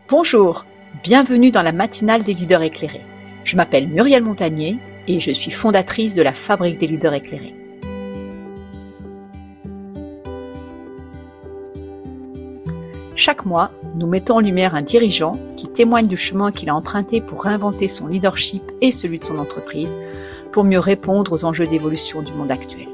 Bonjour, bienvenue dans la matinale des leaders éclairés. Je m'appelle Muriel Montagnier et je suis fondatrice de la Fabrique des leaders éclairés. Chaque mois, nous mettons en lumière un dirigeant qui témoigne du chemin qu'il a emprunté pour réinventer son leadership et celui de son entreprise pour mieux répondre aux enjeux d'évolution du monde actuel.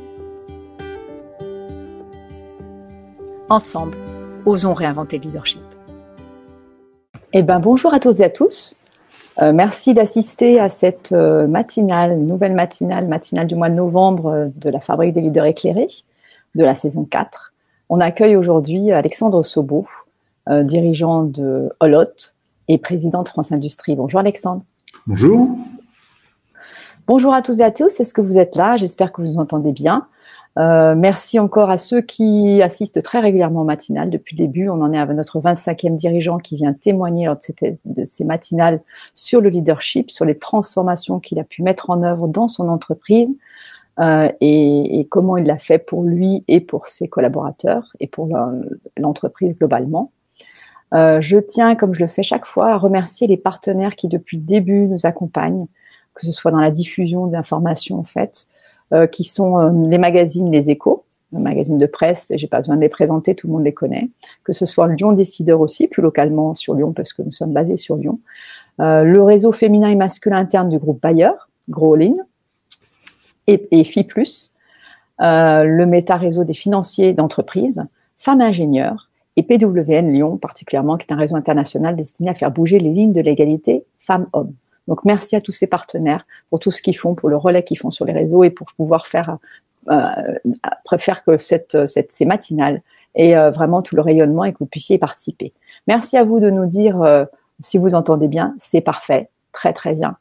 Ensemble, osons réinventer le leadership. Bonjour à toutes et à tous. Merci d'assister à cette nouvelle matinale du mois de novembre de la Fabrique des leaders éclairés de la saison 4. On accueille aujourd'hui Alexandre Sobo, dirigeant de Olot et président de France Industrie. Bonjour Alexandre. Bonjour. Bonjour à tous et à tous. Est-ce que vous êtes là? J'espère que vous nous entendez bien. Merci encore à ceux qui assistent très régulièrement aux matinales. Depuis le début, on en est à notre 25e dirigeant qui vient témoigner lors de ces matinales sur le leadership, sur les transformations qu'il a pu mettre en œuvre dans son entreprise et comment il l'a fait pour lui et pour ses collaborateurs et pour l'entreprise globalement. Je tiens, comme je le fais chaque fois, à remercier les partenaires qui depuis le début nous accompagnent, que ce soit dans la diffusion d'informations en fait, qui sont les magazines Les Échos, le magazine de presse, j'ai pas besoin de les présenter, tout le monde les connaît, que ce soit Lyon Décideur aussi, plus localement sur Lyon, parce que nous sommes basés sur Lyon, le réseau féminin et masculin interne du groupe Bayer, Growling, et FI+, le méta-réseau des financiers d'entreprise, Femmes Ingénieurs, et PWN Lyon, particulièrement, qui est un réseau international destiné à faire bouger les lignes de l'égalité femmes-hommes. Donc, merci à tous ces partenaires pour tout ce qu'ils font, pour le relais qu'ils font sur les réseaux et pour pouvoir faire que ces matinales aient vraiment tout le rayonnement et que vous puissiez y participer. Merci à vous de nous dire si vous entendez bien. C'est parfait, très très bien.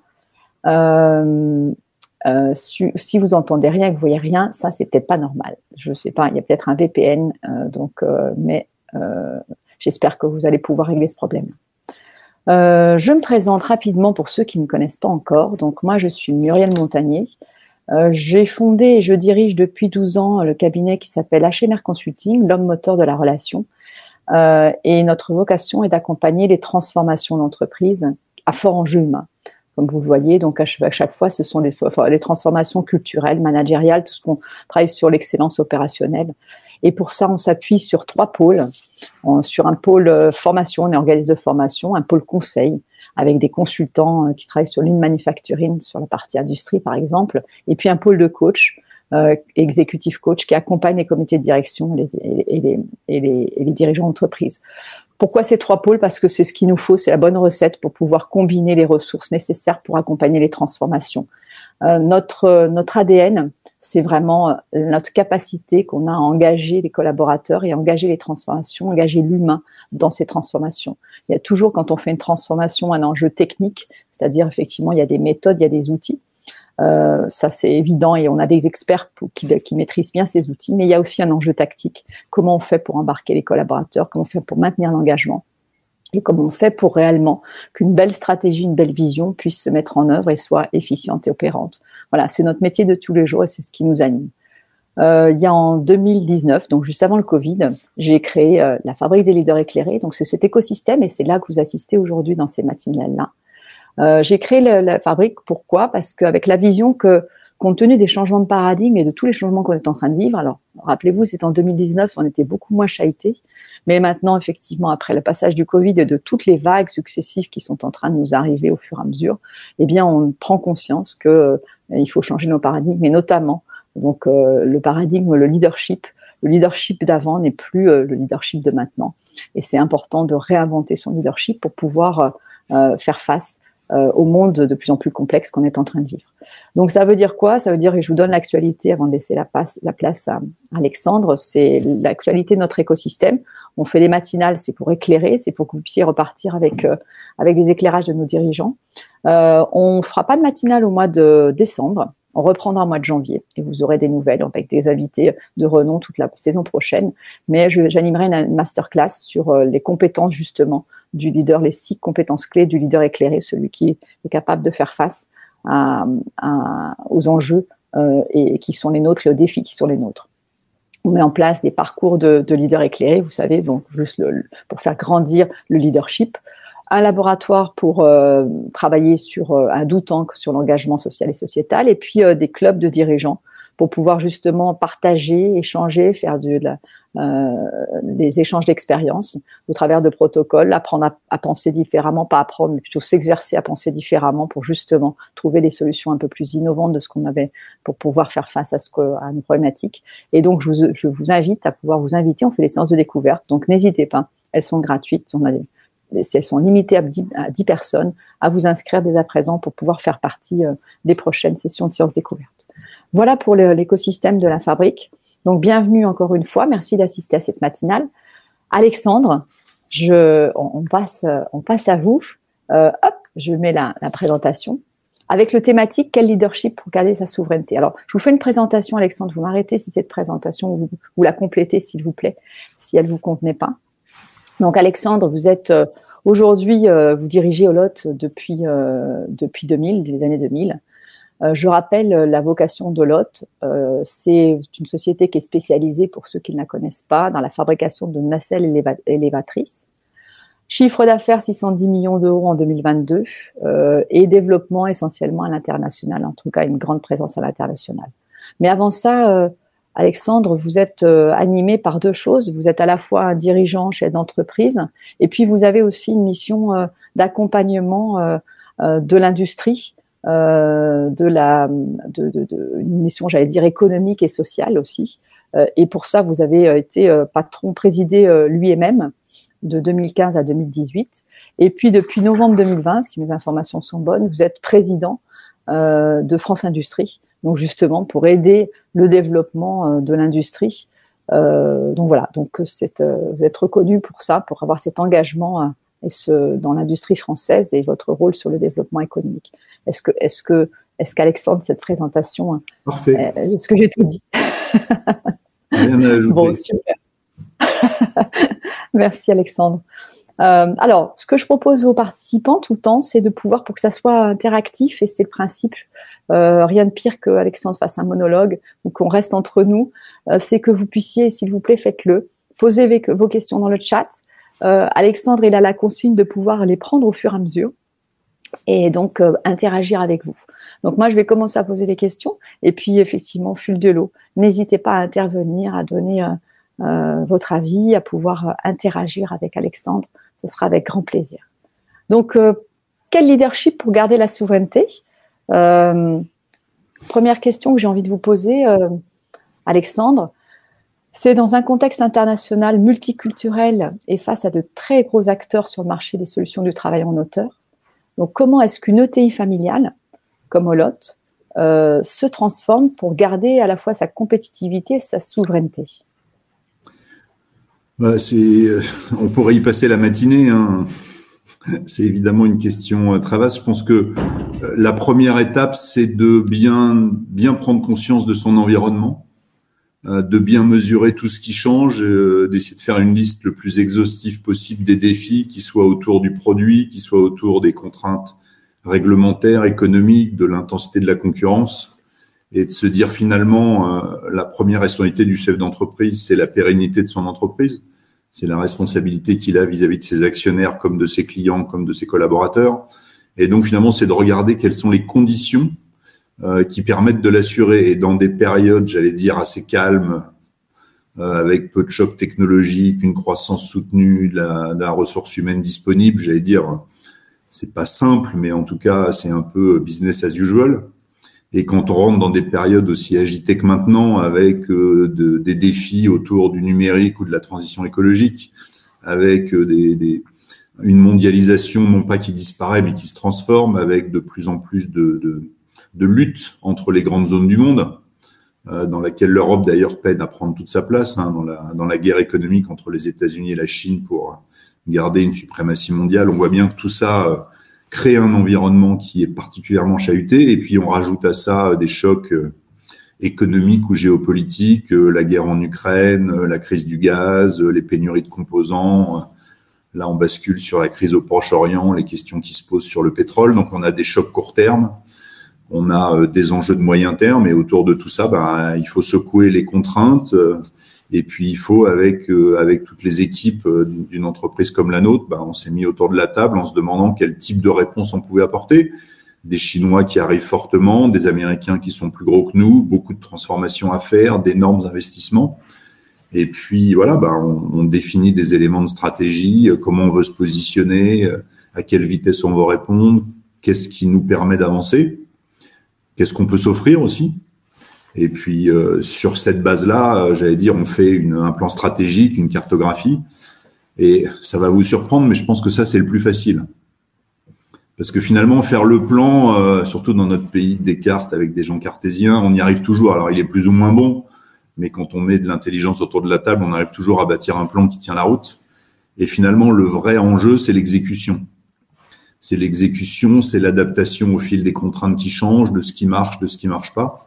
Si vous entendez rien et que vous voyez rien, ça c'est peut-être pas normal. Je sais pas, il y a peut-être un VPN, mais j'espère que vous allez pouvoir régler ce problème. Je me présente rapidement pour ceux qui ne me connaissent pas encore. Donc moi, je suis Muriel Montagnier. J'ai fondé et je dirige depuis 12 ans le cabinet qui s'appelle HMR Consulting, l'homme moteur de la relation. Et notre vocation est d'accompagner les transformations d'entreprise à fort enjeu humain. Comme vous le voyez, donc à chaque fois, ce sont des transformations culturelles, managériales, tout ce qu'on travaille sur l'excellence opérationnelle. Et pour ça, on s'appuie sur 3 pôles. Sur un pôle formation, on est organisme de formation, un pôle conseil, avec des consultants qui travaillent sur lean manufacturing, sur la partie industrie par exemple, et puis un pôle de coach, executive coach, qui accompagne les comités de direction et les dirigeants d'entreprise. Pourquoi ces 3 pôles? Parce que c'est ce qu'il nous faut, c'est la bonne recette pour pouvoir combiner les ressources nécessaires pour accompagner les transformations. Notre ADN, c'est vraiment notre capacité qu'on a à engager les collaborateurs et à engager les transformations, engager l'humain dans ces transformations. Il y a toujours, quand on fait une transformation, un enjeu technique, c'est-à-dire effectivement, il y a des méthodes, il y a des outils. Ça, c'est évident et on a des experts qui maîtrisent bien ces outils, mais il y a aussi un enjeu tactique. Comment on fait pour embarquer les collaborateurs? Comment on fait pour maintenir l'engagement? Et comment on fait pour réellement qu'une belle stratégie, une belle vision puisse se mettre en œuvre et soit efficiente et opérante. Voilà, c'est notre métier de tous les jours et c'est ce qui nous anime. Il y a en 2019, donc juste avant le Covid, j'ai créé la Fabrique des leaders éclairés. Donc c'est cet écosystème et c'est là que vous assistez aujourd'hui dans ces matinales-là. J'ai créé la Fabrique, pourquoi? Parce qu'avec la vision que, compte tenu des changements de paradigme et de tous les changements qu'on est en train de vivre, alors rappelez-vous, c'est en 2019, on était beaucoup moins chahutés. Mais maintenant, effectivement, après le passage du Covid et de toutes les vagues successives qui sont en train de nous arriver au fur et à mesure, eh bien, on prend conscience que il faut changer nos paradigmes, et notamment, donc, le paradigme, le leadership d'avant n'est plus le leadership de maintenant. Et c'est important de réinventer son leadership pour pouvoir faire face au monde de plus en plus complexe qu'on est en train de vivre. Donc ça veut dire quoi? Ça veut dire, et je vous donne l'actualité avant de laisser la place à Alexandre, c'est l'actualité de notre écosystème. On fait des matinales, c'est pour éclairer, c'est pour que vous puissiez repartir avec les éclairages de nos dirigeants. On fera pas de matinale au mois de décembre, on reprendra au mois de janvier et vous aurez des nouvelles avec des invités de renom toute la saison prochaine. Mais j'animerai une masterclass sur les compétences justement du leader, les 6 compétences clés du leader éclairé, celui qui est capable de faire face aux enjeux et qui sont les nôtres et aux défis qui sont les nôtres. On met en place des parcours de leaders éclairés, vous savez, donc juste pour faire grandir le leadership. Un laboratoire pour travailler sur un do tank sur l'engagement social et sociétal, et puis des clubs de dirigeants pour pouvoir justement partager, échanger, faire des échanges d'expériences au travers de protocoles, apprendre à penser différemment, pas apprendre, mais plutôt s'exercer à penser différemment pour justement trouver des solutions un peu plus innovantes de ce qu'on avait pour pouvoir faire face à une problématique. Et donc, je vous invite à pouvoir vous inviter. On fait des séances de découverte, donc n'hésitez pas. Elles sont gratuites. Elles sont limitées à 10 personnes, à vous inscrire dès à présent pour pouvoir faire partie des prochaines sessions de séances découvertes. Voilà pour l'écosystème de la fabrique. Donc, bienvenue encore une fois. Merci d'assister à cette matinale. Alexandre, on passe à vous. Je mets la présentation avec le thématique « Quel leadership pour garder sa souveraineté ?» Alors, je vous fais une présentation, Alexandre. Vous m'arrêtez si cette présentation, vous la complétez, s'il vous plaît, si elle ne vous convenait pas. Donc, Alexandre, vous êtes aujourd'hui, vous dirigez Olotte depuis 2000, les années 2000. Je rappelle la vocation d'Olotte. C'est une société qui est spécialisée, pour ceux qui ne la connaissent pas, dans la fabrication de nacelles élévatrices. Chiffre d'affaires 610 millions d'euros en 2022 et développement essentiellement à l'international, en tout cas une grande présence à l'international. Mais avant ça, Alexandre, vous êtes animé par deux choses. Vous êtes à la fois un dirigeant, chef d'entreprise, et puis vous avez aussi une mission d'accompagnement de l'industrie, une mission, j'allais dire, économique et sociale aussi. Et pour ça, vous avez été patron, présidé lui-même de 2015 à 2018. Et puis, depuis novembre 2020, si mes informations sont bonnes, vous êtes président de France Industrie, donc justement pour aider le développement de l'industrie. Donc voilà, donc vous êtes reconnu pour ça, pour avoir cet engagement dans l'industrie française et votre rôle sur le développement économique. Est-ce qu'Alexandre, cette présentation, parfait. Est-ce que j'ai tout dit? Rien à ajouter. Bon, super. Merci Alexandre. Alors, ce que je propose aux participants tout le temps, c'est de pouvoir, pour que ça soit interactif, et c'est le principe, rien de pire qu'Alexandre fasse un monologue ou qu'on reste entre nous, c'est que vous puissiez, s'il vous plaît, faites-le, posez vos questions dans le chat. Alexandre, il a la consigne de pouvoir les prendre au fur et à mesure et donc interagir avec vous. Donc moi, je vais commencer à poser les questions et puis effectivement, au fil de l'eau, n'hésitez pas à intervenir, à donner votre avis, à pouvoir interagir avec Alexandre. Ce sera avec grand plaisir. Donc, quel leadership pour garder la souveraineté? Première question que j'ai envie de vous poser, Alexandre, c'est dans un contexte international multiculturel et face à de très gros acteurs sur le marché des solutions du travail en hauteur. Donc, comment est-ce qu'une ETI familiale, comme Olotte, se transforme pour garder à la fois sa compétitivité et sa souveraineté? On pourrait y passer la matinée, hein. C'est évidemment une question très vaste. Je pense que la première étape, c'est de bien prendre conscience de son environnement, de bien mesurer tout ce qui change, d'essayer de faire une liste le plus exhaustive possible des défis, qui soient autour du produit, qui soient autour des contraintes réglementaires, économiques, de l'intensité de la concurrence, et de se dire finalement, la première responsabilité du chef d'entreprise, c'est la pérennité de son entreprise. C'est la responsabilité qu'il a vis-à-vis de ses actionnaires, comme de ses clients, comme de ses collaborateurs. Et donc, finalement, c'est de regarder quelles sont les conditions qui permettent de l'assurer. Et dans des périodes, j'allais dire, assez calmes, avec peu de chocs technologiques, une croissance soutenue, de la ressource humaine disponible, j'allais dire, c'est pas simple, mais en tout cas, c'est un peu business as usual. Et quand on rentre dans des périodes aussi agitées que maintenant, avec des défis autour du numérique ou de la transition écologique, avec une mondialisation non pas qui disparaît mais qui se transforme, avec de plus en plus de lutte entre les grandes zones du monde, dans laquelle l'Europe d'ailleurs peine à prendre toute sa place, hein, dans la guerre économique entre les États-Unis et la Chine pour garder une suprématie mondiale. On voit bien que tout ça crée un environnement qui est particulièrement chahuté, et puis on rajoute à ça des chocs économiques ou géopolitiques, la guerre en Ukraine, la crise du gaz, les pénuries de composants. Là, on bascule sur la crise au Proche-Orient, les questions qui se posent sur le pétrole. Donc, on a des chocs court terme, on a des enjeux de moyen terme, et autour de tout ça, il faut secouer les contraintes, Et puis il faut, avec toutes les équipes d'une entreprise comme la nôtre, on s'est mis autour de la table en se demandant quel type de réponse on pouvait apporter. Des Chinois qui arrivent fortement, des Américains qui sont plus gros que nous, beaucoup de transformations à faire, d'énormes investissements. Et puis voilà, on définit des éléments de stratégie, comment on veut se positionner, à quelle vitesse on veut répondre, qu'est-ce qui nous permet d'avancer, qu'est-ce qu'on peut s'offrir aussi. Et puis sur cette base-là, j'allais dire, on fait un plan stratégique, une cartographie. Et ça va vous surprendre, mais je pense que ça, c'est le plus facile. Parce que finalement, faire le plan, surtout dans notre pays des cartes avec des gens cartésiens, on y arrive toujours. Alors, il est plus ou moins bon, mais quand on met de l'intelligence autour de la table, on arrive toujours à bâtir un plan qui tient la route. Et finalement, le vrai enjeu, c'est l'exécution. C'est l'exécution, c'est l'adaptation au fil des contraintes qui changent, de ce qui marche, de ce qui marche pas.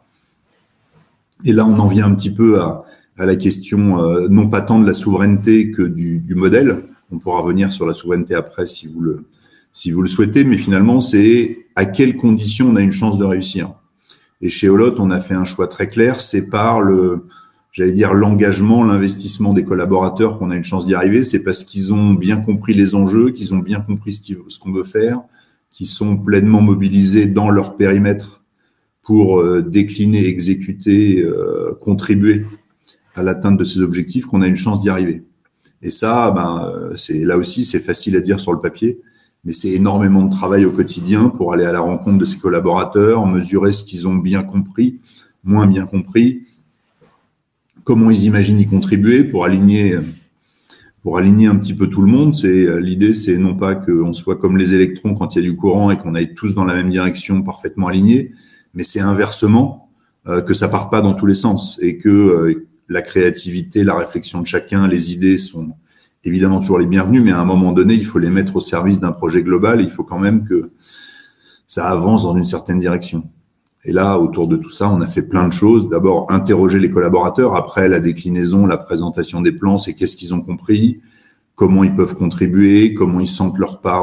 Et là, on en vient un petit peu à la question, non pas tant de la souveraineté que du modèle. On pourra revenir sur la souveraineté après si vous le souhaitez, mais finalement, c'est à quelles conditions on a une chance de réussir. Et chez Olot, on a fait un choix très clair, c'est par l'engagement, l'investissement des collaborateurs qu'on a une chance d'y arriver. C'est parce qu'ils ont bien compris les enjeux, qu'ils ont bien compris ce qu'on veut faire, qu'ils sont pleinement mobilisés dans leur périmètre pour décliner, exécuter, contribuer à l'atteinte de ces objectifs, qu'on a une chance d'y arriver. Et ça, là aussi, c'est facile à dire sur le papier, mais c'est énormément de travail au quotidien pour aller à la rencontre de ses collaborateurs, mesurer ce qu'ils ont bien compris, moins bien compris, comment ils imaginent y contribuer pour aligner un petit peu tout le monde. L'idée, c'est non pas qu'on soit comme les électrons quand il y a du courant et qu'on aille tous dans la même direction parfaitement alignés, mais c'est inversement, que ça parte pas dans tous les sens et que la créativité, la réflexion de chacun, les idées sont évidemment toujours les bienvenus, mais à un moment donné, il faut les mettre au service d'un projet global et il faut quand même que ça avance dans une certaine direction. Et là, autour de tout ça, on a fait plein de choses. D'abord, interroger les collaborateurs. Après, la déclinaison, la présentation des plans, c'est qu'est-ce qu'ils ont compris, comment ils peuvent contribuer, comment ils sentent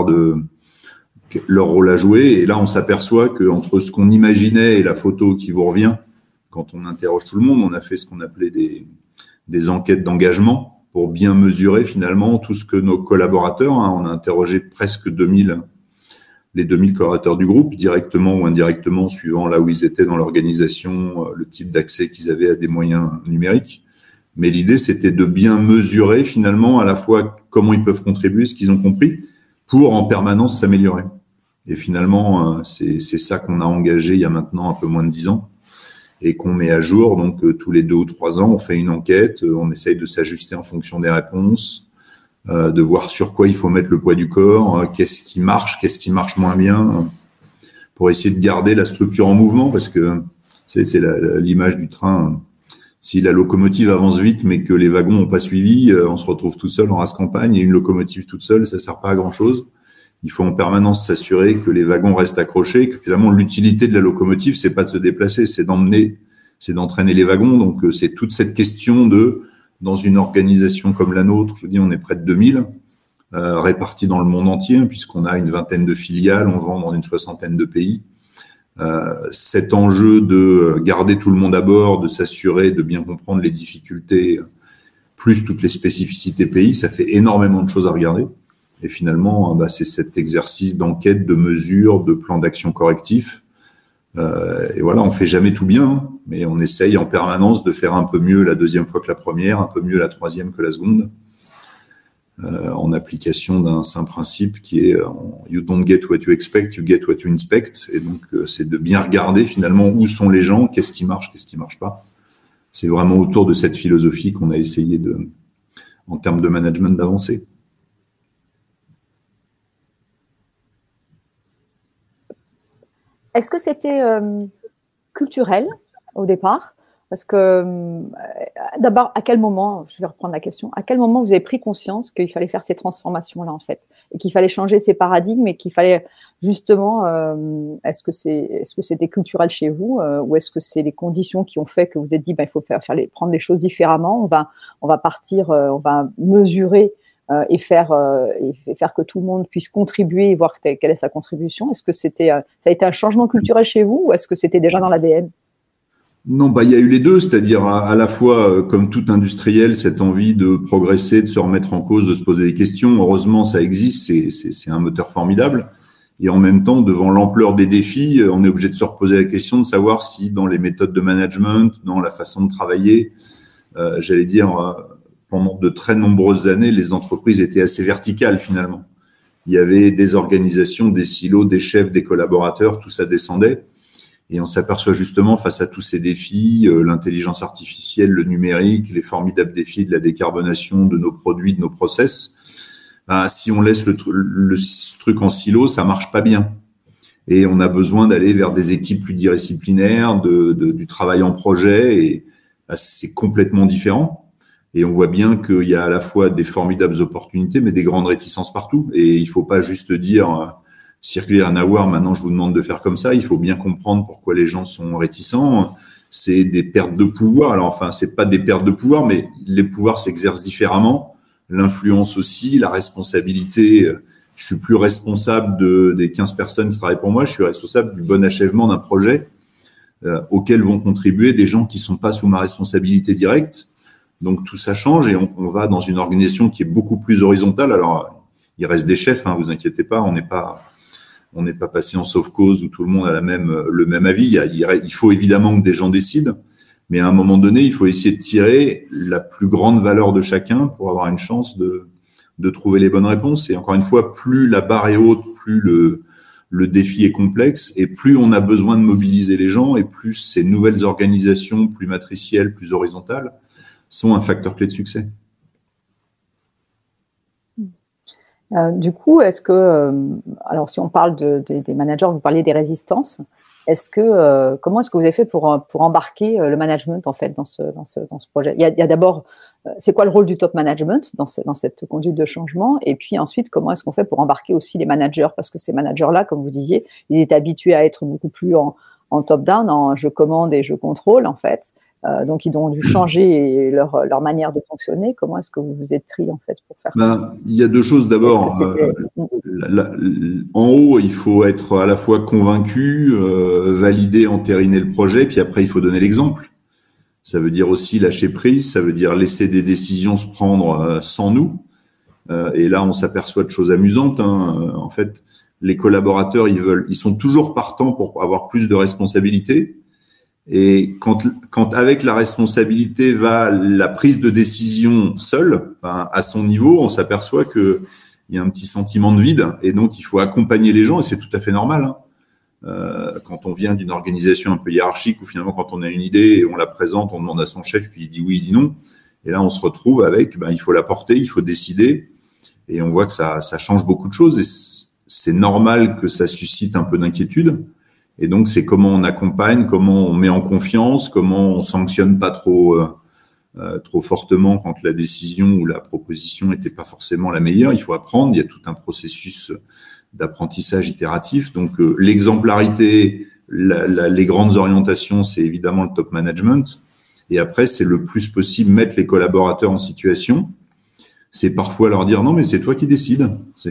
leur rôle à jouer. Et là, on s'aperçoit qu'entre ce qu'on imaginait et la photo qui vous revient, quand on interroge tout le monde, on a fait ce qu'on appelait des enquêtes d'engagement pour bien mesurer finalement tout ce que nos collaborateurs, on a interrogé presque les 2000 collaborateurs du groupe, directement ou indirectement, suivant là où ils étaient dans l'organisation, le type d'accès qu'ils avaient à des moyens numériques. Mais l'idée, c'était de bien mesurer finalement à la fois comment ils peuvent contribuer, ce qu'ils ont compris, pour en permanence s'améliorer. Et finalement, c'est ça qu'on a engagé il y a maintenant un peu moins de 10 ans et qu'on met à jour. Donc, tous les 2 ou 3 ans, on fait une enquête, on essaye de s'ajuster en fonction des réponses, de voir sur quoi il faut mettre le poids du corps, qu'est-ce qui marche moins bien, pour essayer de garder la structure en mouvement, parce que c'est l'image du train. Si la locomotive avance vite, mais que les wagons n'ont pas suivi, on se retrouve tout seul en race campagne, et une locomotive toute seule, ça sert pas à grand-chose. Il faut en permanence s'assurer que les wagons restent accrochés, que finalement l'utilité de la locomotive, c'est pas de se déplacer, c'est d'entraîner les wagons. Donc c'est toute cette question dans une organisation comme la nôtre, je vous dis, on est près de 2000, répartis dans le monde entier, puisqu'on a une vingtaine de filiales, on vend dans une 60aine de pays. Cet enjeu de garder tout le monde à bord, de s'assurer de bien comprendre les difficultés, plus toutes les spécificités pays, ça fait énormément de choses à regarder. Et finalement, c'est cet exercice d'enquête, de mesure, de plan d'action correctif. Et voilà, on fait jamais tout bien, mais on essaye en permanence de faire un peu mieux la deuxième fois que la première, un peu mieux la troisième que la seconde, en application d'un simple principe qui est you don't get what you expect, you get what you inspect. Et donc, c'est de bien regarder finalement où sont les gens, qu'est-ce qui marche pas. C'est vraiment autour de cette philosophie qu'on a essayé en termes de management, d'avancer. Est-ce que c'était culturel au départ? Parce que d'abord, à quel moment, je vais reprendre la question, à quel moment vous avez pris conscience qu'il fallait faire ces transformations-là en fait, et qu'il fallait changer ces paradigmes, et qu'il fallait justement, est-ce que c'était culturel chez vous, ou est-ce que c'est les conditions qui ont fait que vous vous êtes dit, il faut prendre les choses différemment, on va partir, on va mesurer et faire que tout le monde puisse contribuer et voir quelle est sa contribution. Est-ce que ça a été un changement culturel chez vous, ou est-ce que c'était déjà dans l'ADN? Non, il y a eu les deux, c'est-à-dire à la fois, comme tout industriel, cette envie de progresser, de se remettre en cause, de se poser des questions. Heureusement, ça existe, c'est un moteur formidable. Et en même temps, devant l'ampleur des défis, on est obligé de se reposer la question de savoir si dans les méthodes de management, dans la façon de travailler, j'allais dire, pendant de très nombreuses années, les entreprises étaient assez verticales finalement. Il y avait des organisations, des silos, des chefs, des collaborateurs, tout ça descendait. Et on s'aperçoit justement face à tous ces défis, l'intelligence artificielle, le numérique, les formidables défis de la décarbonation de nos produits, de nos process. Si on laisse le truc en silo, ça marche pas bien. Et on a besoin d'aller vers des équipes pluridisciplinaires, du travail en projet. Et c'est complètement différent. Et on voit bien qu'il y a à la fois des formidables opportunités, mais des grandes réticences partout. Et il faut pas juste dire circuler un avoir, maintenant je vous demande de faire comme ça. Il faut bien comprendre pourquoi les gens sont réticents. C'est des pertes de pouvoir. Alors enfin, c'est pas des pertes de pouvoir, mais les pouvoirs s'exercent différemment. L'influence aussi, la responsabilité. Je suis plus responsable des 15 personnes qui travaillent pour moi. Je suis responsable du bon achèvement d'un projet auquel vont contribuer des gens qui sont pas sous ma responsabilité directe. Donc tout ça change et on va dans une organisation qui est beaucoup plus horizontale. Alors il reste des chefs, vous inquiétez pas, on n'est pas passé en sauf cause où tout le monde a le même avis. Il faut évidemment que des gens décident, mais à un moment donné, il faut essayer de tirer la plus grande valeur de chacun pour avoir une chance de trouver les bonnes réponses. Et encore une fois, plus la barre est haute, plus le défi est complexe et plus on a besoin de mobiliser les gens et plus ces nouvelles organisations plus matricielles, plus horizontales sont un facteur clé de succès. Du coup, est-ce que, alors si on parle des managers, vous parliez des résistances, comment est-ce que vous avez fait pour embarquer le management en fait dans ce projet? Il y a d'abord, c'est quoi le rôle du top management dans cette conduite de changement? Et puis ensuite, comment est-ce qu'on fait pour embarquer aussi les managers? Parce que ces managers-là, comme vous disiez, ils étaient habitués à être beaucoup plus en top-down, en je commande et je contrôle en fait. Donc, ils ont dû changer leur manière de fonctionner. Comment est-ce que vous vous êtes pris en fait pour faire ça? Il y a deux choses. D'abord, en haut, il faut être à la fois convaincu, valider, entériner le projet, puis après, il faut donner l'exemple. Ça veut dire aussi lâcher prise, ça veut dire laisser des décisions se prendre sans nous. Et là, on s'aperçoit de choses amusantes. En fait, les collaborateurs, ils sont toujours partants pour avoir plus de responsabilités. Et quand avec la responsabilité va la prise de décision seule, à son niveau, on s'aperçoit que il y a un petit sentiment de vide. Et donc, il faut accompagner les gens et c'est tout à fait normal. Quand on vient d'une organisation un peu hiérarchique où finalement, quand on a une idée et on la présente, on demande à son chef, puis il dit oui, il dit non. Et là, on se retrouve avec, il faut la porter, il faut décider. Et on voit que ça change beaucoup de choses et c'est normal que ça suscite un peu d'inquiétude. Et donc, c'est comment on accompagne, comment on met en confiance, comment on sanctionne pas trop fortement quand la décision ou la proposition n'était pas forcément la meilleure. Il faut apprendre. Il y a tout un processus d'apprentissage itératif. Donc, l'exemplarité, les grandes orientations, c'est évidemment le top management. Et après, c'est le plus possible mettre les collaborateurs en situation. C'est parfois leur dire non, mais c'est toi qui décides.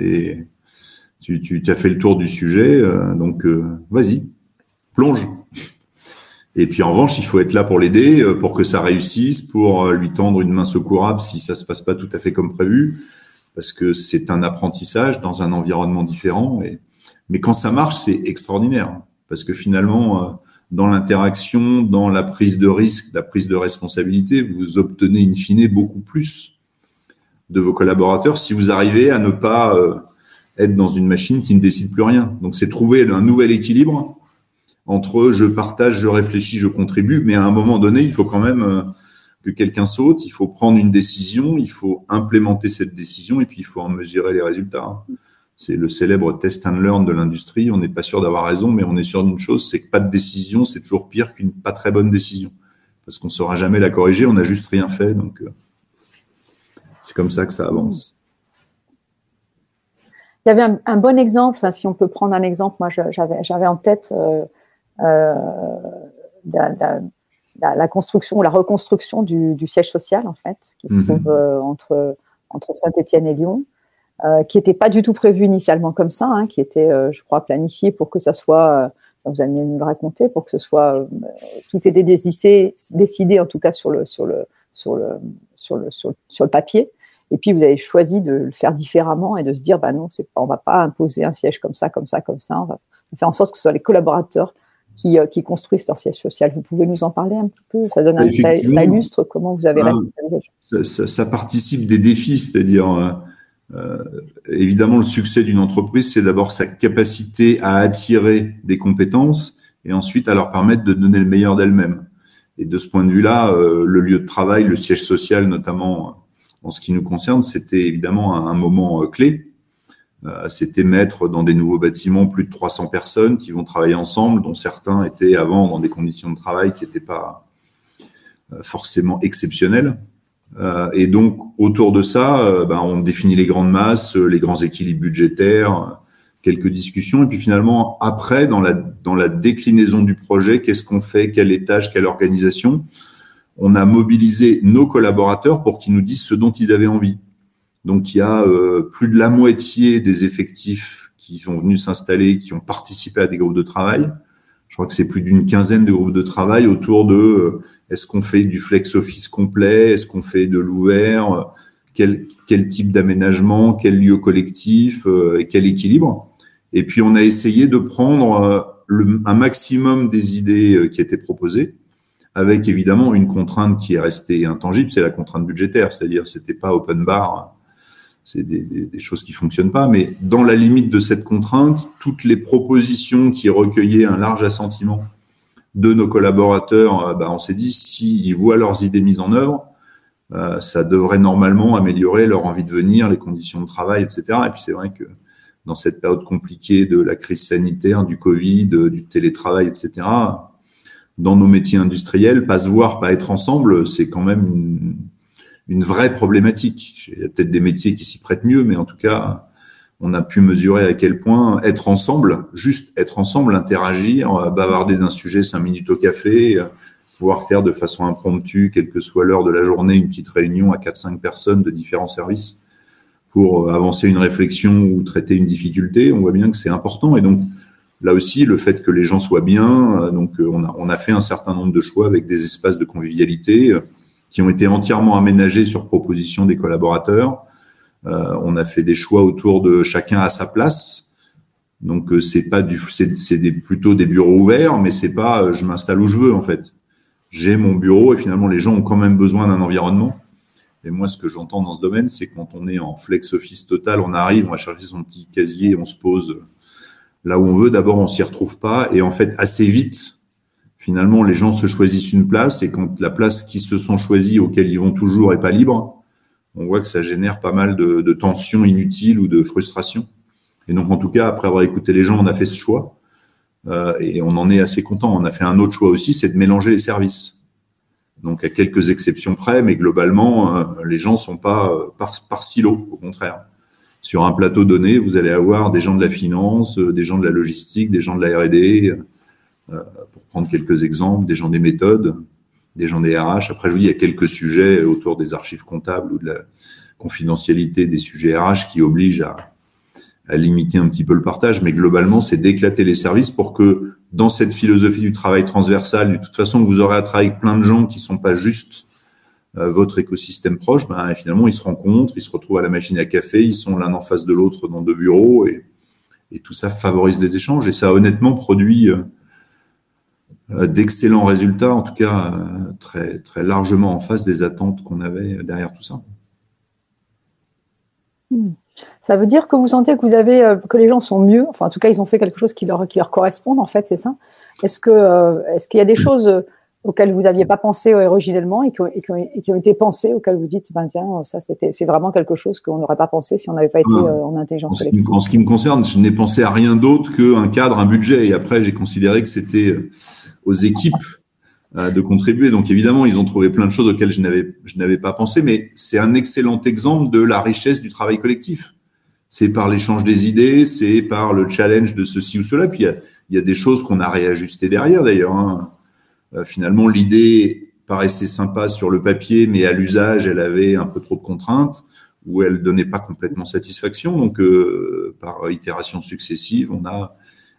Tu as fait le tour du sujet, donc vas-y, plonge. Et puis en revanche, il faut être là pour l'aider, pour que ça réussisse, pour lui tendre une main secourable si ça se passe pas tout à fait comme prévu, parce que c'est un apprentissage dans un environnement différent. Mais quand ça marche, c'est extraordinaire, parce que finalement, dans l'interaction, dans la prise de risque, la prise de responsabilité, vous obtenez in fine beaucoup plus de vos collaborateurs si vous arrivez à ne pas être dans une machine qui ne décide plus rien. Donc, c'est trouver un nouvel équilibre entre je partage, je réfléchis, je contribue, mais à un moment donné, il faut quand même que quelqu'un saute, il faut prendre une décision, il faut implémenter cette décision et puis il faut en mesurer les résultats. C'est le célèbre test and learn de l'industrie. On n'est pas sûr d'avoir raison, mais on est sûr d'une chose, c'est que pas de décision, c'est toujours pire qu'une pas très bonne décision. Parce qu'on ne saura jamais la corriger, on n'a juste rien fait. Donc, c'est comme ça que ça avance. Il y avait un bon exemple, si on peut prendre un exemple, moi j'avais en tête la construction ou la reconstruction du siège social en fait, qui se trouve entre Saint-Étienne et Lyon, qui n'était pas du tout prévu initialement comme ça, qui était, je crois, planifié pour que ça soit vous allez nous le raconter pour que ce soit tout était décidé en tout cas sur le papier. Et puis vous avez choisi de le faire différemment et de se dire non, on va pas imposer un siège comme ça. On va faire en sorte que ce soit les collaborateurs qui construisent leur siège social. Vous pouvez nous en parler un petit peu? Ça illustre comment vous avez responsabilisé. Ça participe des défis, c'est-à-dire évidemment le succès d'une entreprise, c'est d'abord sa capacité à attirer des compétences et ensuite à leur permettre de donner le meilleur d'elles-mêmes. Et de ce point de vue-là, le lieu de travail, le siège social notamment, en ce qui nous concerne, c'était évidemment un moment clé. C'était mettre dans des nouveaux bâtiments plus de 300 personnes qui vont travailler ensemble, dont certains étaient avant dans des conditions de travail qui n'étaient pas forcément exceptionnelles. Et donc, autour de ça, on définit les grandes masses, les grands équilibres budgétaires, quelques discussions. Et puis finalement, après, dans la déclinaison du projet, qu'est-ce qu'on fait, quel étage, quelle organisation? On a mobilisé nos collaborateurs pour qu'ils nous disent ce dont ils avaient envie. Donc, il y a plus de la moitié des effectifs qui sont venus s'installer, qui ont participé à des groupes de travail. Je crois que c'est plus d'une quinzaine de groupes de travail autour de est-ce qu'on fait du flex office complet, est-ce qu'on fait de l'ouvert, quel type d'aménagement, quel lieu collectif, et quel équilibre. Et puis, on a essayé de prendre un maximum des idées qui étaient proposées, avec évidemment une contrainte qui est restée intangible, c'est la contrainte budgétaire, c'est-à-dire c'était pas open bar. C'est des choses qui fonctionnent pas, mais dans la limite de cette contrainte, toutes les propositions qui recueillaient un large assentiment de nos collaborateurs, on s'est dit, s'ils voient leurs idées mises en œuvre, ça devrait normalement améliorer leur envie de venir, les conditions de travail, etc. Et puis c'est vrai que dans cette période compliquée de la crise sanitaire, du Covid, du télétravail, etc., dans nos métiers industriels, pas se voir, pas être ensemble, c'est quand même une vraie problématique. Il y a peut-être des métiers qui s'y prêtent mieux, mais en tout cas, on a pu mesurer à quel point être ensemble, juste être ensemble, interagir, bavarder d'un sujet 5 minutes au café, pouvoir faire de façon impromptue, quelle que soit l'heure de la journée, une petite réunion à 4-5 personnes de différents services pour avancer une réflexion ou traiter une difficulté, on voit bien que c'est important. Et donc, là aussi, le fait que les gens soient bien, donc on a fait un certain nombre de choix avec des espaces de convivialité qui ont été entièrement aménagés sur proposition des collaborateurs. On a fait des choix autour de chacun à sa place. Donc c'est plutôt des bureaux ouverts, mais c'est pas je m'installe où je veux en fait. J'ai mon bureau et finalement les gens ont quand même besoin d'un environnement. Et moi ce que j'entends dans ce domaine, c'est que quand on est en flex office total, on arrive, on va chercher son petit casier, on se pose là où on veut. D'abord on s'y retrouve pas et en fait assez vite. Finalement, les gens se choisissent une place et quand la place qu'ils se sont choisis, auquel ils vont toujours, est pas libre, on voit que ça génère pas mal de tensions inutiles ou de frustrations. Et donc, en tout cas, après avoir écouté les gens, on a fait ce choix et on en est assez content. On a fait un autre choix aussi, c'est de mélanger les services. Donc, à quelques exceptions près, mais globalement, les gens sont pas par silo, au contraire. Sur un plateau donné, vous allez avoir des gens de la finance, des gens de la logistique, des gens de la R&D, pour prendre quelques exemples, des gens des méthodes, des gens des RH. Après, je vous dis, il y a quelques sujets autour des archives comptables ou de la confidentialité des sujets RH qui obligent à limiter un petit peu le partage. Mais globalement, c'est d'éclater les services pour que dans cette philosophie du travail transversal, de toute façon, vous aurez à travailler avec plein de gens qui sont pas juste votre écosystème proche. Finalement, ils se rencontrent, ils se retrouvent à la machine à café, ils sont l'un en face de l'autre dans 2 bureaux et tout ça favorise les échanges et ça honnêtement produit d'excellents résultats, en tout cas très très largement en face des attentes qu'on avait derrière tout ça. Ça veut dire que vous sentez que que les gens sont mieux, enfin en tout cas ils ont fait quelque chose qui leur corresponde en fait, c'est ça? Est-ce qu'il y a des choses auxquelles vous n'aviez pas pensé originellement et qui ont été pensées, auxquelles vous dites tiens, c'est vraiment quelque chose qu'on n'aurait pas pensé si on n'avait pas été en intelligence collective? En ce qui me concerne, je n'ai pensé à rien d'autre qu'un cadre, un budget, et après j'ai considéré que c'était aux équipes de contribuer. Donc évidemment, ils ont trouvé plein de choses auxquelles je n'avais pas pensé, mais c'est un excellent exemple de la richesse du travail collectif. C'est par l'échange des idées, c'est par le challenge de ceci ou cela. Puis il y a des choses qu'on a réajustées derrière d'ailleurs. Finalement, l'idée paraissait sympa sur le papier, mais à l'usage, elle avait un peu trop de contraintes ou elle donnait pas complètement satisfaction. Donc par itération successive, on a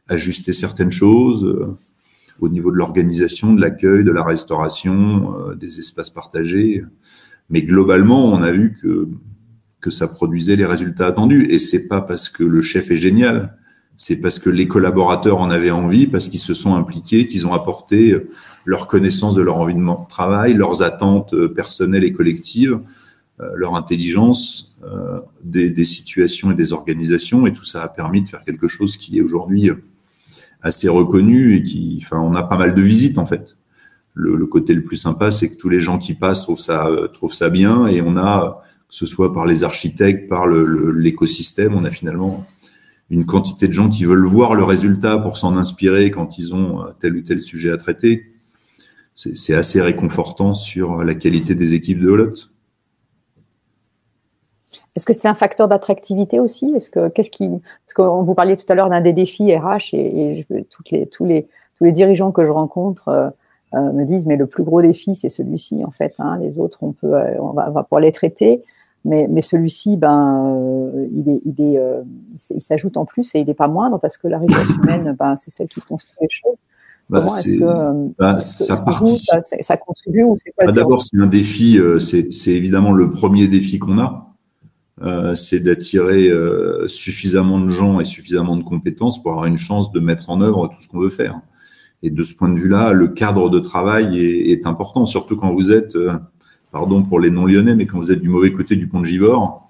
ajuster certaines choses au niveau de l'organisation, de l'accueil, de la restauration, des espaces partagés. Mais globalement, on a vu que ça produisait les résultats attendus. Et c'est pas parce que le chef est génial, c'est parce que les collaborateurs en avaient envie, parce qu'ils se sont impliqués, qu'ils ont apporté leur connaissance de leur environnement de travail, leurs attentes personnelles et collectives, leur intelligence des situations et des organisations. Et tout ça a permis de faire quelque chose qui est aujourd'hui assez reconnu et on a pas mal de visites en fait. Le côté le plus sympa, c'est que tous les gens qui passent trouvent ça bien, et on a, que ce soit par les architectes, par l'écosystème, on a finalement une quantité de gens qui veulent voir le résultat pour s'en inspirer quand ils ont tel ou tel sujet à traiter. C'est assez réconfortant sur la qualité des équipes de Holote. Est-ce que c'est un facteur d'attractivité aussi? Parce qu'on vous parliez tout à l'heure d'un des défis RH, et tous les dirigeants que je rencontre me disent, mais le plus gros défi, c'est celui-ci en fait. Les autres, on va pouvoir les traiter, mais celui-ci, il s'ajoute en plus, et il n'est pas moindre, parce que la richesse humaine, c'est celle qui construit les choses. Ça contribue, ou c'est quoi? D'abord, c'est un défi. C'est évidemment le premier défi qu'on a. C'est d'attirer suffisamment de gens et suffisamment de compétences pour avoir une chance de mettre en œuvre tout ce qu'on veut faire. Et de ce point de vue-là, le cadre de travail est important, surtout quand vous êtes, pardon pour les non-lyonnais, mais quand vous êtes du mauvais côté du pont de Givors,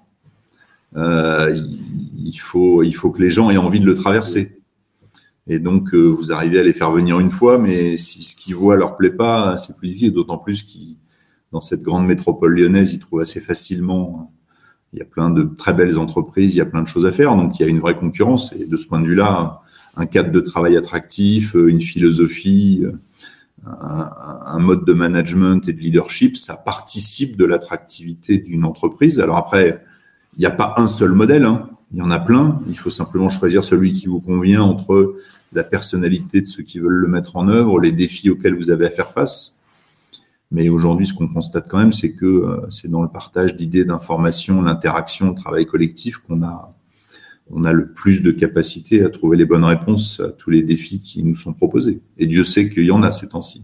il faut que les gens aient envie de le traverser. Et donc, vous arrivez à les faire venir une fois, mais si ce qu'ils voient leur plaît pas, c'est plus difficile, d'autant plus qu'ils, dans cette grande métropole lyonnaise, ils trouvent assez facilement. Il y a plein de très belles entreprises, il y a plein de choses à faire, donc il y a une vraie concurrence. Et de ce point de vue-là, un cadre de travail attractif, une philosophie, un mode de management et de leadership, ça participe de l'attractivité d'une entreprise. Alors après, il n'y a pas un seul modèle, il y en a plein. Il faut simplement choisir celui qui vous convient entre la personnalité de ceux qui veulent le mettre en œuvre, les défis auxquels vous avez à faire face. Mais aujourd'hui, ce qu'on constate quand même, c'est que c'est dans le partage d'idées, d'informations, l'interaction, le travail collectif qu'on a le plus de capacité à trouver les bonnes réponses à tous les défis qui nous sont proposés. Et Dieu sait qu'il y en a ces temps-ci.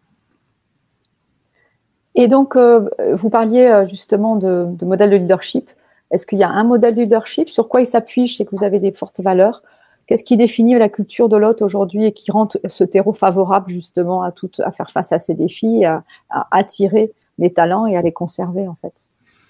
Et donc, vous parliez justement de modèle de leadership. Est-ce qu'il y a un modèle de leadership? Sur quoi il s'appuie? Je sais que vous avez des fortes valeurs. Qu'est-ce qui définit la culture de Holote aujourd'hui et qui rend ce terreau favorable justement à faire face à ces défis, à attirer les talents et à les conserver en fait?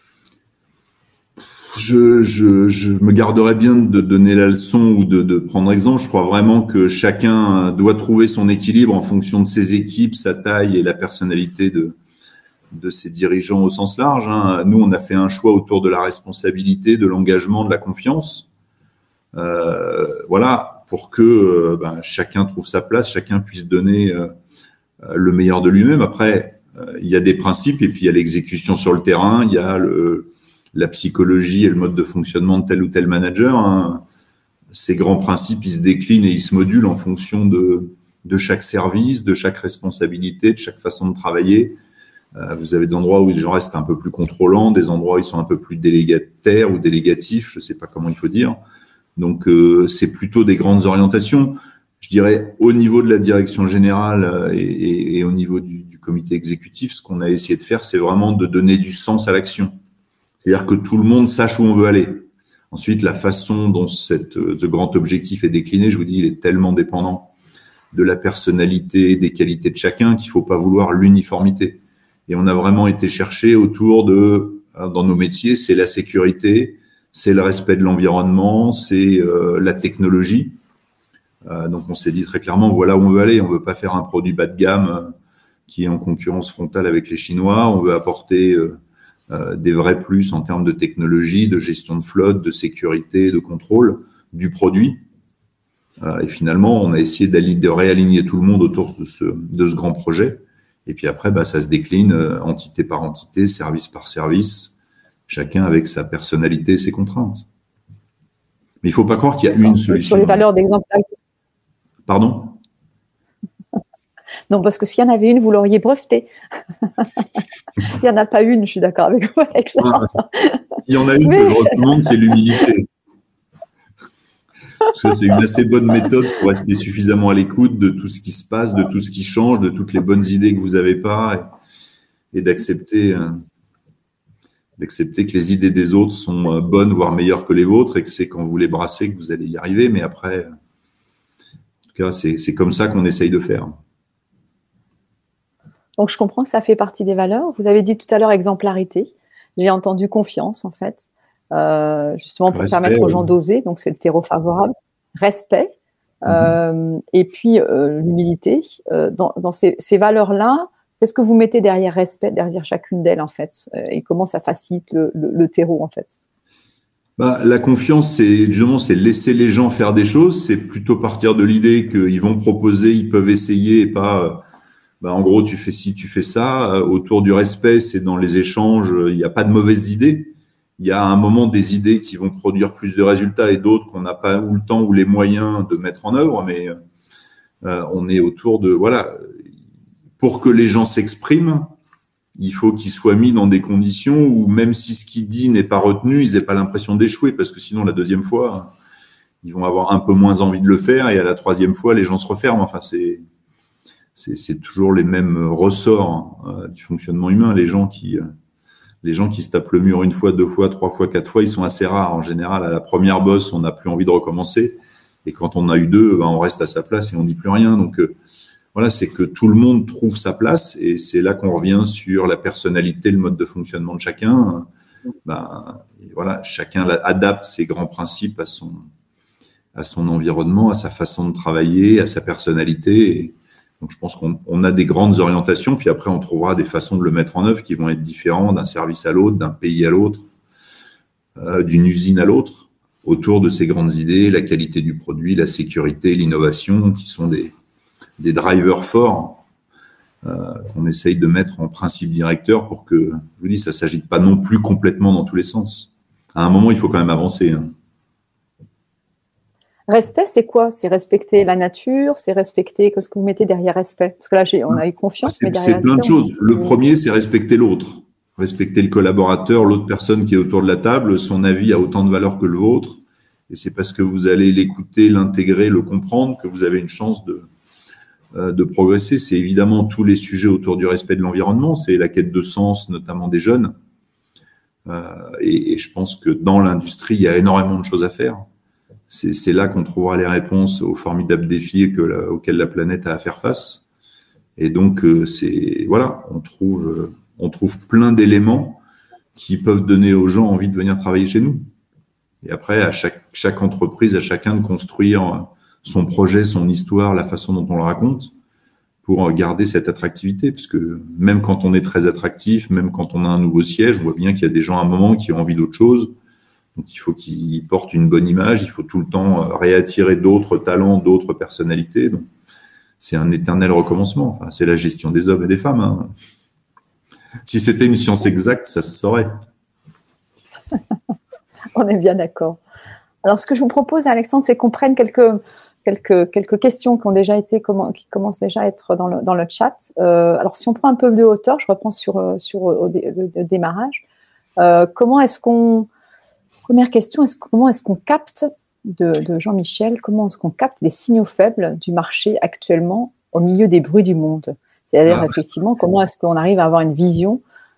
Je me garderais bien de donner la leçon ou de prendre exemple. Je crois vraiment que chacun doit trouver son équilibre en fonction de ses équipes, sa taille et la personnalité de ses dirigeants au sens large. Nous, on a fait un choix autour de la responsabilité, de l'engagement, de la confiance. Voilà, pour que chacun trouve sa place, chacun puisse donner le meilleur de lui-même. Après, il y a des principes et puis il y a l'exécution sur le terrain, il y a la psychologie et le mode de fonctionnement de tel ou tel manager. Ces grands principes, ils se déclinent et ils se modulent en fonction de chaque service, de chaque responsabilité, de chaque façon de travailler. Vous avez des endroits où les gens restent un peu plus contrôlants, des endroits où ils sont un peu plus délégataires ou délégatifs, je ne sais pas comment il faut dire. Donc, c'est plutôt des grandes orientations. Je dirais, au niveau de la direction générale et au niveau du comité exécutif, ce qu'on a essayé de faire, c'est vraiment de donner du sens à l'action. C'est-à-dire que tout le monde sache où on veut aller. Ensuite, la façon dont ce grand objectif est décliné, je vous dis, il est tellement dépendant de la personnalité et des qualités de chacun qu'il ne faut pas vouloir l'uniformité. Et on a vraiment été chercher autour dans nos métiers, c'est la sécurité, c'est le respect de l'environnement, c'est la technologie. Donc, on s'est dit très clairement, voilà où on veut aller. On veut pas faire un produit bas de gamme qui est en concurrence frontale avec les Chinois. On veut apporter des vrais plus en termes de technologie, de gestion de flotte, de sécurité, de contrôle du produit. Et finalement, on a essayé de réaligner tout le monde autour de ce grand projet. Et puis après, ça se décline entité par entité, service par service, chacun avec sa personnalité et ses contraintes. Mais il ne faut pas croire qu'il y a une solution. Sur les valeurs d'exemplarité. Pardon? Non, parce que s'il y en avait une, vous l'auriez brevetée. Il n'y en a pas une, je suis d'accord avec vous avec ça. S'il y en a une que je recommande, c'est l'humilité. Ça, c'est une assez bonne méthode pour rester suffisamment à l'écoute de tout ce qui se passe, de tout ce qui change, de toutes les bonnes idées que vous n'avez pas et d'accepter que les idées des autres sont bonnes, voire meilleures que les vôtres, et que c'est quand vous les brassez que vous allez y arriver. Mais après, en tout cas, c'est comme ça qu'on essaye de faire. Donc, je comprends que ça fait partie des valeurs. Vous avez dit tout à l'heure exemplarité. J'ai entendu confiance, en fait, justement pour Respect, permettre aux gens d'oser. Donc, c'est le terreau favorable. Respect. Et puis, l'humilité. Dans ces valeurs-là, qu'est-ce que vous mettez derrière respect, derrière chacune d'elles, en fait, et comment ça facilite le terreau, en fait? La confiance, c'est laisser les gens faire des choses. C'est plutôt partir de l'idée qu'ils vont proposer, ils peuvent essayer et pas... en gros, tu fais ci, tu fais ça. Autour du respect, c'est dans les échanges, il n'y a pas de mauvaises idées. Il y a à un moment des idées qui vont produire plus de résultats et d'autres qu'on n'a pas ou le temps ou les moyens de mettre en œuvre. Mais on est autour de... Voilà, pour que les gens s'expriment, il faut qu'ils soient mis dans des conditions où même si ce qu'il dit n'est pas retenu, ils n'aient pas l'impression d'échouer. Parce que sinon, la deuxième fois, ils vont avoir un peu moins envie de le faire. Et à la troisième fois, les gens se referment. Enfin, c'est toujours les mêmes ressorts du fonctionnement humain. Les gens qui se tapent le mur une fois, deux fois, trois fois, quatre fois, ils sont assez rares. En général, à la première bosse, on n'a plus envie de recommencer. Et quand on a eu deux, on reste à sa place et on dit plus rien. Donc, voilà, c'est que tout le monde trouve sa place. Et c'est là qu'on revient sur la personnalité, le mode de fonctionnement de chacun. Voilà, chacun adapte ses grands principes à son environnement, à sa façon de travailler, à sa personnalité. Et donc, je pense qu'on a des grandes orientations, puis après, on trouvera des façons de le mettre en œuvre qui vont être différentes d'un service à l'autre, d'un pays à l'autre, d'une usine à l'autre, autour de ces grandes idées, la qualité du produit, la sécurité, l'innovation, qui sont des drivers forts qu'on essaye de mettre en principe directeur pour que, je vous dis, ça ne s'agite pas non plus complètement dans tous les sens. À un moment, il faut quand même avancer. Respect, c'est quoi? C'est respecter la nature, c'est respecter, qu'est-ce que vous mettez derrière respect? Parce que là, on a eu confiance, mais derrière c'est plein de choses. Le premier, c'est respecter l'autre. Respecter le collaborateur, l'autre personne qui est autour de la table, son avis a autant de valeur que le vôtre. Et c'est parce que vous allez l'écouter, l'intégrer, le comprendre que vous avez une chance de progresser. C'est évidemment tous les sujets autour du respect de l'environnement. C'est la quête de sens, notamment des jeunes. Et je pense que dans l'industrie, il y a énormément de choses à faire. C'est là qu'on trouvera les réponses aux formidables défis auxquels la planète a à faire face. Et donc, voilà, on trouve plein d'éléments qui peuvent donner aux gens envie de venir travailler chez nous. Et après, à chaque entreprise, à chacun de construire son projet, son histoire, la façon dont on le raconte, pour garder cette attractivité. Parce que même quand on est très attractif, même quand on a un nouveau siège, on voit bien qu'il y a des gens à un moment qui ont envie d'autre chose. Donc, il faut qu'ils portent une bonne image. Il faut tout le temps réattirer d'autres talents, d'autres personnalités. Donc, c'est un éternel recommencement. Enfin, c'est la gestion des hommes et des femmes. Si c'était une science exacte, ça se saurait. On est bien d'accord. Alors, ce que je vous propose, Alexandre, c'est qu'on prenne quelques questions qui commencent déjà à être dans le chat. Alors, si on prend un peu de hauteur, je reprends sur le démarrage. Première question, comment est-ce qu'on capte, de Jean-Michel, comment est-ce qu'on capte les signaux faibles du marché actuellement au milieu des bruits du monde? C'est-à-dire, effectivement, comment est-ce qu'on arrive à avoir une vision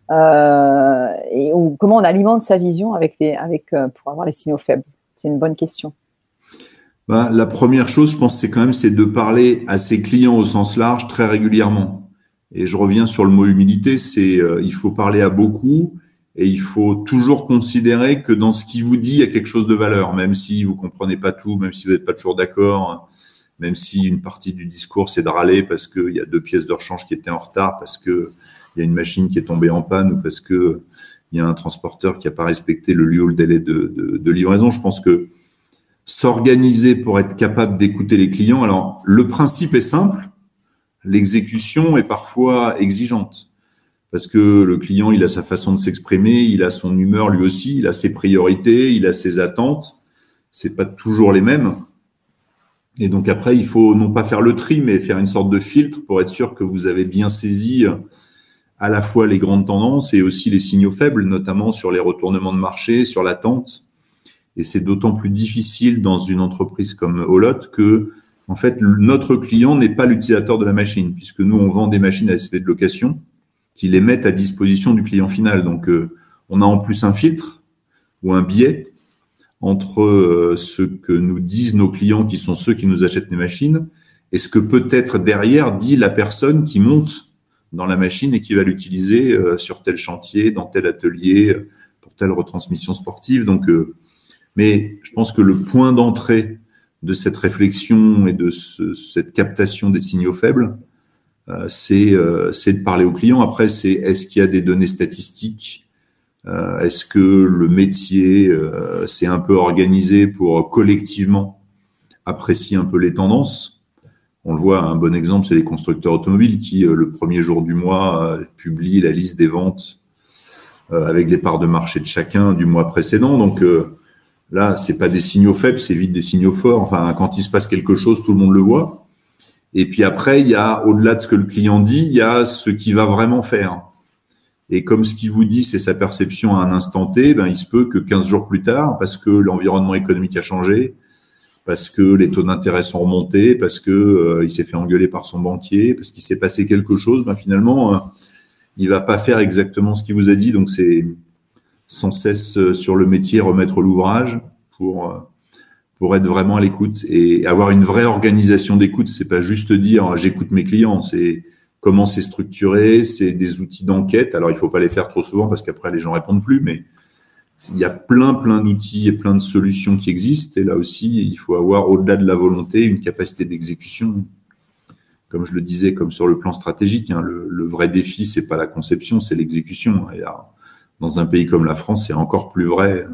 ou comment on alimente sa vision pour avoir les signaux faibles? C'est une bonne question. La première chose, je pense, c'est de parler à ses clients au sens large très régulièrement. Et je reviens sur le mot humilité, il faut parler à beaucoup. Et il faut toujours considérer que dans ce qu'il vous dit, il y a quelque chose de valeur, même si vous comprenez pas tout, même si vous n'êtes pas toujours d'accord, même si une partie du discours c'est de râler parce qu'il y a 2 pièces de rechange qui étaient en retard, parce que il y a une machine qui est tombée en panne ou parce que il y a un transporteur qui n'a pas respecté le lieu ou le délai de livraison. Je pense que s'organiser pour être capable d'écouter les clients. Alors, le principe est simple, l'exécution est parfois exigeante. Parce que le client, il a sa façon de s'exprimer, il a son humeur lui aussi, il a ses priorités, il a ses attentes. C'est pas toujours les mêmes. Et donc après, il faut non pas faire le tri, mais faire une sorte de filtre pour être sûr que vous avez bien saisi à la fois les grandes tendances et aussi les signaux faibles, notamment sur les retournements de marché, sur l'attente. Et c'est d'autant plus difficile dans une entreprise comme Olot que, en fait, notre client n'est pas l'utilisateur de la machine, puisque nous, on vend des machines à la société de location qui les mettent à disposition du client final. Donc, on a en plus un filtre ou un biais entre ce que nous disent nos clients, qui sont ceux qui nous achètent les machines, et ce que peut-être derrière dit la personne qui monte dans la machine et qui va l'utiliser sur tel chantier, dans tel atelier, pour telle retransmission sportive. Donc, mais je pense que le point d'entrée de cette réflexion et de cette captation des signaux faibles, c'est de parler aux clients. Après, c'est est-ce qu'il y a des données statistiques, est-ce que le métier s'est un peu organisé pour collectivement apprécier un peu les tendances. On le voit, un bon exemple, c'est les constructeurs automobiles qui, le premier jour du mois, publient la liste des ventes avec les parts de marché de chacun du mois précédent. Donc là, c'est pas des signaux faibles, c'est vite des signaux forts. Enfin, quand il se passe quelque chose, tout le monde le voit. Et puis après, il y a, au-delà de ce que le client dit, il y a ce qu'il va vraiment faire. Et comme ce qu'il vous dit, c'est sa perception à un instant T, ben, il se peut que 15 jours plus tard, parce que l'environnement économique a changé, parce que les taux d'intérêt sont remontés, parce que il s'est fait engueuler par son banquier, parce qu'il s'est passé quelque chose, ben finalement, il va pas faire exactement ce qu'il vous a dit. Donc c'est sans cesse sur le métier remettre l'ouvrage pour être vraiment à l'écoute et avoir une vraie organisation d'écoute. C'est pas juste dire j'écoute mes clients, c'est comment c'est structuré, c'est des outils d'enquête. Alors il faut pas les faire trop souvent parce qu'après les gens répondent plus, mais il y a plein d'outils et plein de solutions qui existent. Et là aussi, il faut avoir, au-delà de la volonté, une capacité d'exécution. Comme je le disais, comme sur le plan stratégique, hein, le vrai défi, c'est pas la conception, c'est l'exécution. Et là, dans un pays comme la France, c'est encore plus vrai.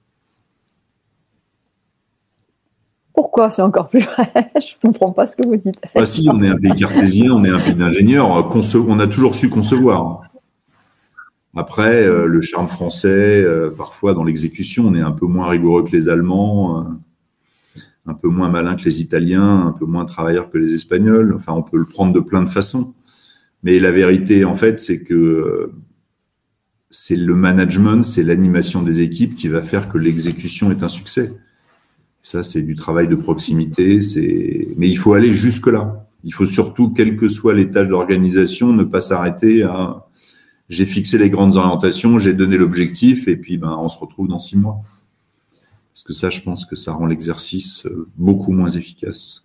Pourquoi c'est encore plus vrai? Je ne comprends pas ce que vous dites. Ah si, on est un pays cartésien, on est un pays d'ingénieurs, on a toujours su concevoir. Après, le charme français, parfois dans l'exécution, on est un peu moins rigoureux que les Allemands, un peu moins malin que les Italiens, un peu moins travailleurs que les Espagnols. Enfin, on peut le prendre de plein de façons. Mais la vérité, en fait, c'est que c'est le management, c'est l'animation des équipes qui va faire que l'exécution est un succès. Ça, c'est du travail de proximité. Mais il faut aller jusque-là. Il faut surtout, quelles que soient les tâches d'organisation, ne pas s'arrêter à j'ai fixé les grandes orientations, j'ai donné l'objectif, et puis on se retrouve dans 6 mois. Parce que ça, je pense que ça rend l'exercice beaucoup moins efficace.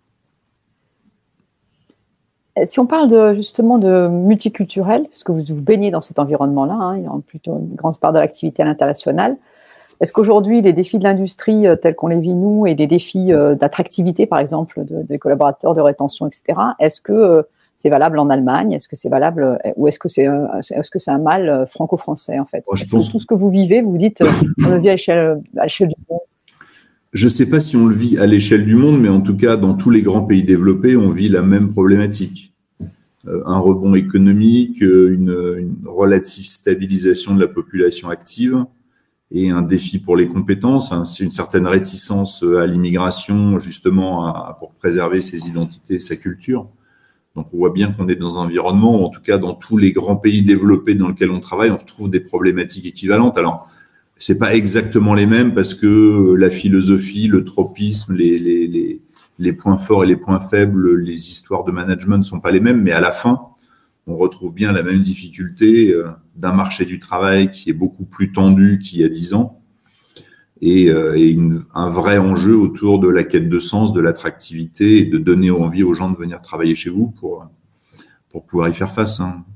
Si on parle justement de multiculturel, puisque vous vous baignez dans cet environnement-là, hein, il y a plutôt une grande part de l'activité à l'international, est-ce qu'aujourd'hui, les défis de l'industrie tels qu'on les vit nous, et les défis d'attractivité, par exemple, des collaborateurs, de rétention, etc., est-ce que c'est valable en Allemagne? Est-ce que c'est valable, ou est-ce que c'est un mal franco-français, en fait? Je pense que tout ce que vous vivez, vous dites, on le vit à l'échelle du monde? Je ne sais pas si on le vit à l'échelle du monde, mais en tout cas, dans tous les grands pays développés, on vit la même problématique. Un rebond économique, une relative stabilisation de la population active et un défi pour les compétences. C'est une certaine réticence à l'immigration, justement, pour préserver ses identités, sa culture. Donc, on voit bien qu'on est dans un environnement où, en tout cas, dans tous les grands pays développés dans lesquels on travaille, on retrouve des problématiques équivalentes. Alors, c'est pas exactement les mêmes parce que la philosophie, le tropisme, les points forts et les points faibles, les histoires de management ne sont pas les mêmes, mais à la fin, on retrouve bien la même difficulté d'un marché du travail qui est beaucoup plus tendu qu'il y a 10 ans et un vrai enjeu autour de la quête de sens, de l'attractivité et de donner envie aux gens de venir travailler chez vous pour pouvoir y faire face. Hein.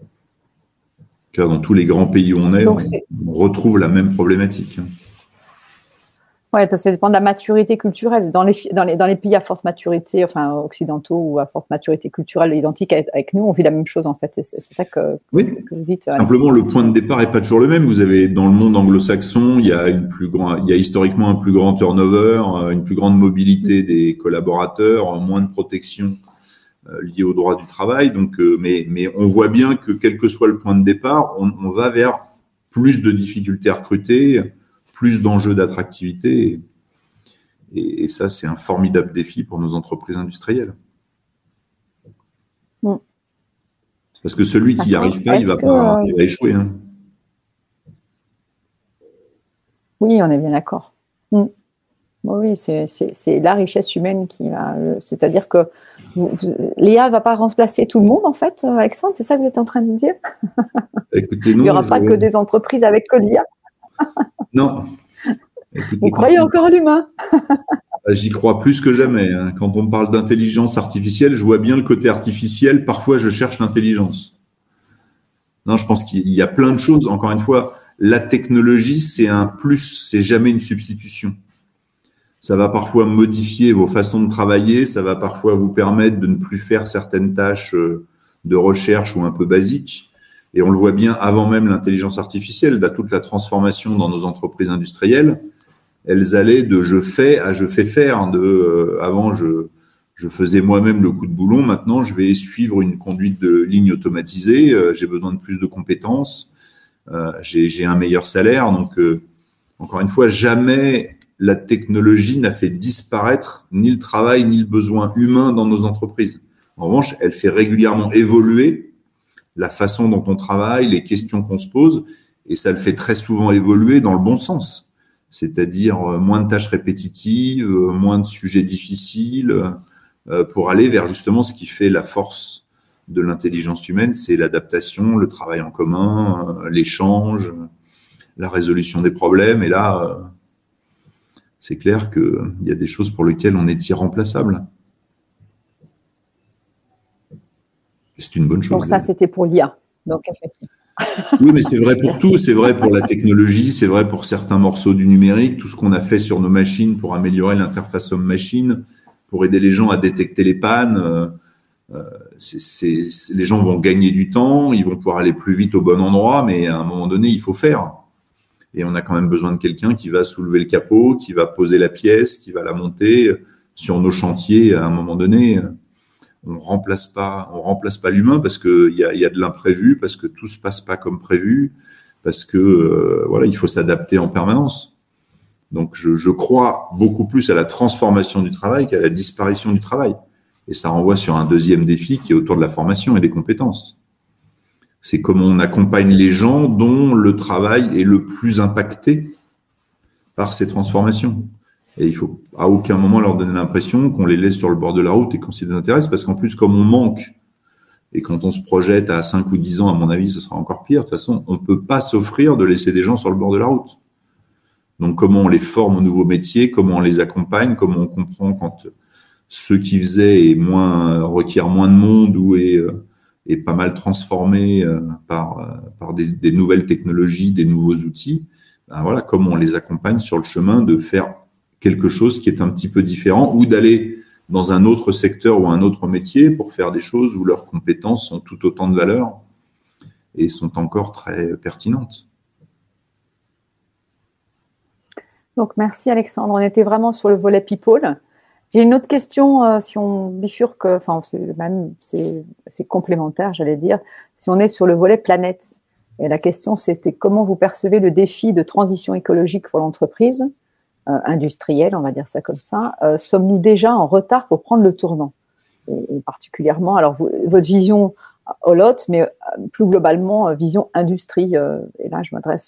Car dans tous les grands pays où on est, on retrouve la même problématique. Oui, ça dépend de la maturité culturelle. Dans les pays à forte maturité, enfin occidentaux ou à forte maturité culturelle identique avec nous, on vit la même chose en fait. C'est ça que vous dites. Simplement, le point de départ n'est pas toujours le même. Vous avez dans le monde anglo-saxon, il y a historiquement un plus grand turnover, une plus grande mobilité des collaborateurs, moins de protection liée au droit du travail. Donc, mais on voit bien que quel que soit le point de départ, on va vers plus de difficultés à recruter, plus d'enjeux d'attractivité. Et ça, c'est un formidable défi pour nos entreprises industrielles. Parce que celui qui n'y arrive pas, il va échouer. Hein. Oui, on est bien d'accord. Mm. Oui, c'est la richesse humaine qui va. C'est-à-dire que l'IA ne va pas remplacer tout le monde, en fait, Alexandre, c'est ça que vous êtes en train de dire? Écoutez, non. Il n'y aura pas que des entreprises avec que l'IA. Non. Écoutez, vous croyez encore à l'humain? J'y crois plus que jamais. Quand on parle d'intelligence artificielle, je vois bien le côté artificiel. Parfois, je cherche l'intelligence. Non, je pense qu'il y a plein de choses. Encore une fois, la technologie, c'est un plus, c'est jamais une substitution. Ça va parfois modifier vos façons de travailler, ça va parfois vous permettre de ne plus faire certaines tâches de recherche ou un peu basiques. Et on le voit bien avant même l'intelligence artificielle, toute la transformation dans nos entreprises industrielles. Elles allaient de je fais à je fais faire. Avant, je faisais moi-même le coup de boulon. Maintenant, je vais suivre une conduite de ligne automatisée. J'ai besoin de plus de compétences. J'ai un meilleur salaire. Donc, encore une fois, jamais la technologie n'a fait disparaître ni le travail ni le besoin humain dans nos entreprises. En revanche, elle fait régulièrement évoluer la façon dont on travaille, les questions qu'on se pose, et ça le fait très souvent évoluer dans le bon sens. C'est-à-dire moins de tâches répétitives, moins de sujets difficiles, pour aller vers justement ce qui fait la force de l'intelligence humaine, c'est l'adaptation, le travail en commun, l'échange, la résolution des problèmes. Et là, c'est clair qu'il y a des choses pour lesquelles on est irremplaçable. C'est une bonne chose. Donc ça, c'était pour l'IA. Donc, effectivement. Oui, mais c'est vrai pour tout. C'est vrai pour la technologie, c'est vrai pour certains morceaux du numérique, tout ce qu'on a fait sur nos machines pour améliorer l'interface homme-machine, pour aider les gens à détecter les pannes. Les gens vont gagner du temps, ils vont pouvoir aller plus vite au bon endroit, mais à un moment donné, il faut faire. Et on a quand même besoin de quelqu'un qui va soulever le capot, qui va poser la pièce, qui va la monter sur nos chantiers. À un moment donné, on remplace pas l'humain parce que il y a de l'imprévu, parce que tout se passe pas comme prévu, parce que voilà, il faut s'adapter en permanence. Donc je crois beaucoup plus à la transformation du travail qu'à la disparition du travail. Et ça renvoie sur un deuxième défi qui est autour de la formation et des compétences. C'est comment on accompagne les gens dont le travail est le plus impacté par ces transformations. Et il faut à aucun moment leur donner l'impression qu'on les laisse sur le bord de la route et qu'on s'y désintéresse, parce qu'en plus, comme on manque, et quand on se projette à 5 ou 10 ans, à mon avis, ce sera encore pire. De toute façon, on ne peut pas s'offrir de laisser des gens sur le bord de la route. Donc, comment on les forme aux nouveaux métiers, comment on les accompagne, comment on comprend quand ce qu'ils faisaient requiert moins de monde ou est pas mal transformé par des nouvelles technologies, des nouveaux outils. Ben voilà, comment on les accompagne sur le chemin de faire quelque chose qui est un petit peu différent ou d'aller dans un autre secteur ou un autre métier pour faire des choses où leurs compétences sont tout autant de valeur et sont encore très pertinentes. Donc, merci Alexandre. On était vraiment sur le volet people. J'ai une autre question, si on bifurque, enfin, c'est complémentaire, j'allais dire, si on est sur le volet planète. Et la question, c'était comment vous percevez le défi de transition écologique pour l'entreprise industrielle, on va dire ça comme ça. Sommes-nous déjà en retard pour prendre le tournant? Et particulièrement, alors, votre vision Holot, mais plus globalement, vision industrie. Et là, je m'adresse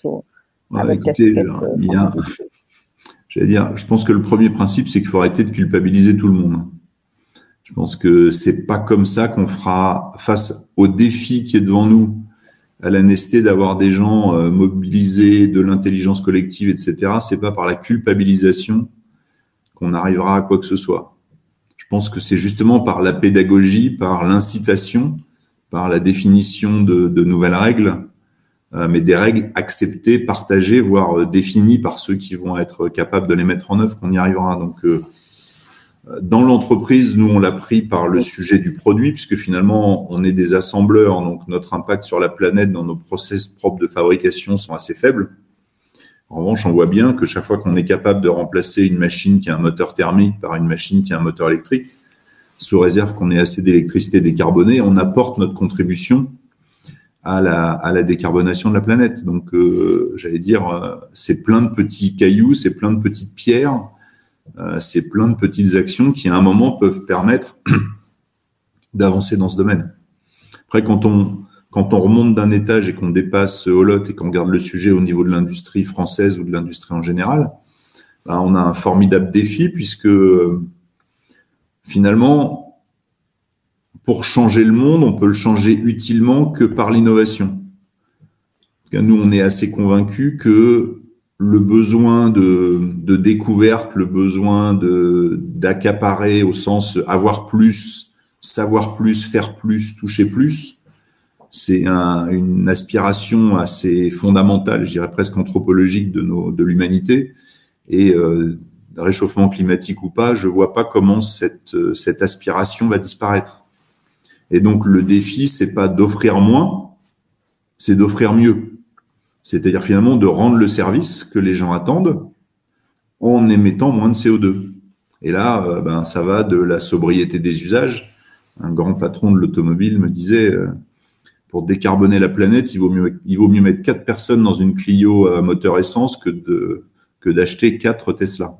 j'allais dire, je pense que le premier principe, c'est qu'il faut arrêter de culpabiliser tout le monde. Je pense que c'est pas comme ça qu'on fera face au défi qui est devant nous, à la nécessité d'avoir des gens mobilisés, de l'intelligence collective, etc. C'est pas par la culpabilisation qu'on arrivera à quoi que ce soit. Je pense que c'est justement par la pédagogie, par l'incitation, par la définition de nouvelles règles, mais des règles acceptées, partagées, voire définies par ceux qui vont être capables de les mettre en œuvre, qu'on y arrivera. Donc, dans l'entreprise, nous, on l'a pris par le sujet du produit, puisque finalement, on est des assembleurs, donc notre impact sur la planète dans nos process propres de fabrication sont assez faibles. En revanche, on voit bien que chaque fois qu'on est capable de remplacer une machine qui a un moteur thermique par une machine qui a un moteur électrique, sous réserve qu'on ait assez d'électricité décarbonée, on apporte notre contribution à la décarbonation de la planète. Donc, j'allais dire, c'est plein de petits cailloux, c'est plein de petites pierres, c'est plein de petites actions qui, à un moment, peuvent permettre d'avancer dans ce domaine. Après, quand on remonte d'un étage et qu'on dépasse Holot et qu'on regarde le sujet au niveau de l'industrie française ou de l'industrie en général, ben, on a un formidable défi puisque finalement, pour changer le monde, on peut le changer utilement que par l'innovation. Nous, on est assez convaincus que le besoin de découverte, le besoin d'accaparer au sens avoir plus, savoir plus, faire plus, toucher plus, c'est une aspiration assez fondamentale, je dirais presque anthropologique de l'humanité. Et réchauffement climatique ou pas, je vois pas comment cette aspiration va disparaître. Et donc le défi, c'est pas d'offrir moins, c'est d'offrir mieux. C'est-à-dire finalement de rendre le service que les gens attendent en émettant moins de CO2. Et là, ben, ça va de la sobriété des usages. Un grand patron de l'automobile me disait, pour décarboner la planète, il vaut mieux mettre 4 personnes dans une Clio à moteur essence que d'acheter 4 Tesla.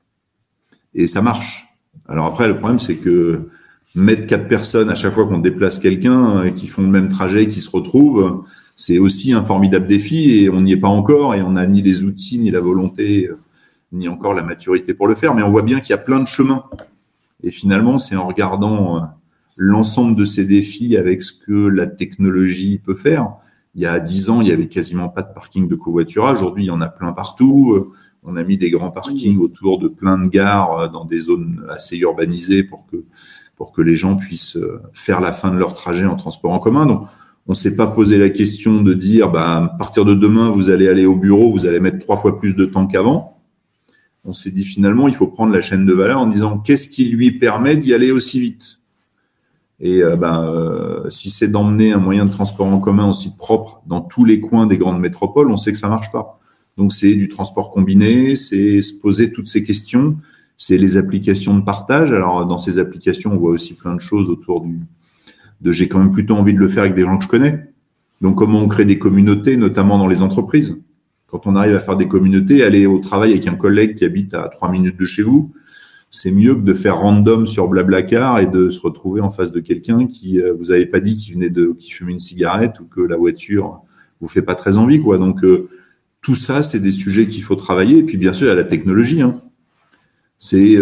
Et ça marche. Alors après, le problème, c'est que mettre 4 personnes à chaque fois qu'on déplace quelqu'un, qui font le même trajet, qui se retrouvent, c'est aussi un formidable défi et on n'y est pas encore et on n'a ni les outils, ni la volonté, ni encore la maturité pour le faire. Mais on voit bien qu'il y a plein de chemins. Et finalement, c'est en regardant l'ensemble de ces défis avec ce que la technologie peut faire. Il y a 10 ans, il y avait quasiment pas de parking de covoiturage. Aujourd'hui, il y en a plein partout. On a mis des grands parkings autour de plein de gares dans des zones assez urbanisées pour que les gens puissent faire la fin de leur trajet en transport en commun. Donc, on ne s'est pas posé la question de dire, bah, à partir de demain, vous allez aller au bureau, vous allez mettre 3 fois plus de temps qu'avant. On s'est dit finalement, il faut prendre la chaîne de valeur en disant, qu'est-ce qui lui permet d'y aller aussi vite? Et si c'est d'emmener un moyen de transport en commun aussi propre dans tous les coins des grandes métropoles, on sait que ça marche pas. Donc c'est du transport combiné, c'est se poser toutes ces questions, c'est les applications de partage. Alors dans ces applications, on voit aussi plein de choses autour j'ai quand même plutôt envie de le faire avec des gens que je connais. Donc comment on crée des communautés, notamment dans les entreprises. Quand on arrive à faire des communautés, aller au travail avec un collègue qui habite à 3 minutes de chez vous, c'est mieux que de faire random sur Blablacar et de se retrouver en face de quelqu'un qui vous avez pas dit qui fumait une cigarette ou que la voiture vous fait pas très envie, quoi. Donc tout ça, c'est des sujets qu'il faut travailler. Et puis bien sûr, il y a la technologie. C'est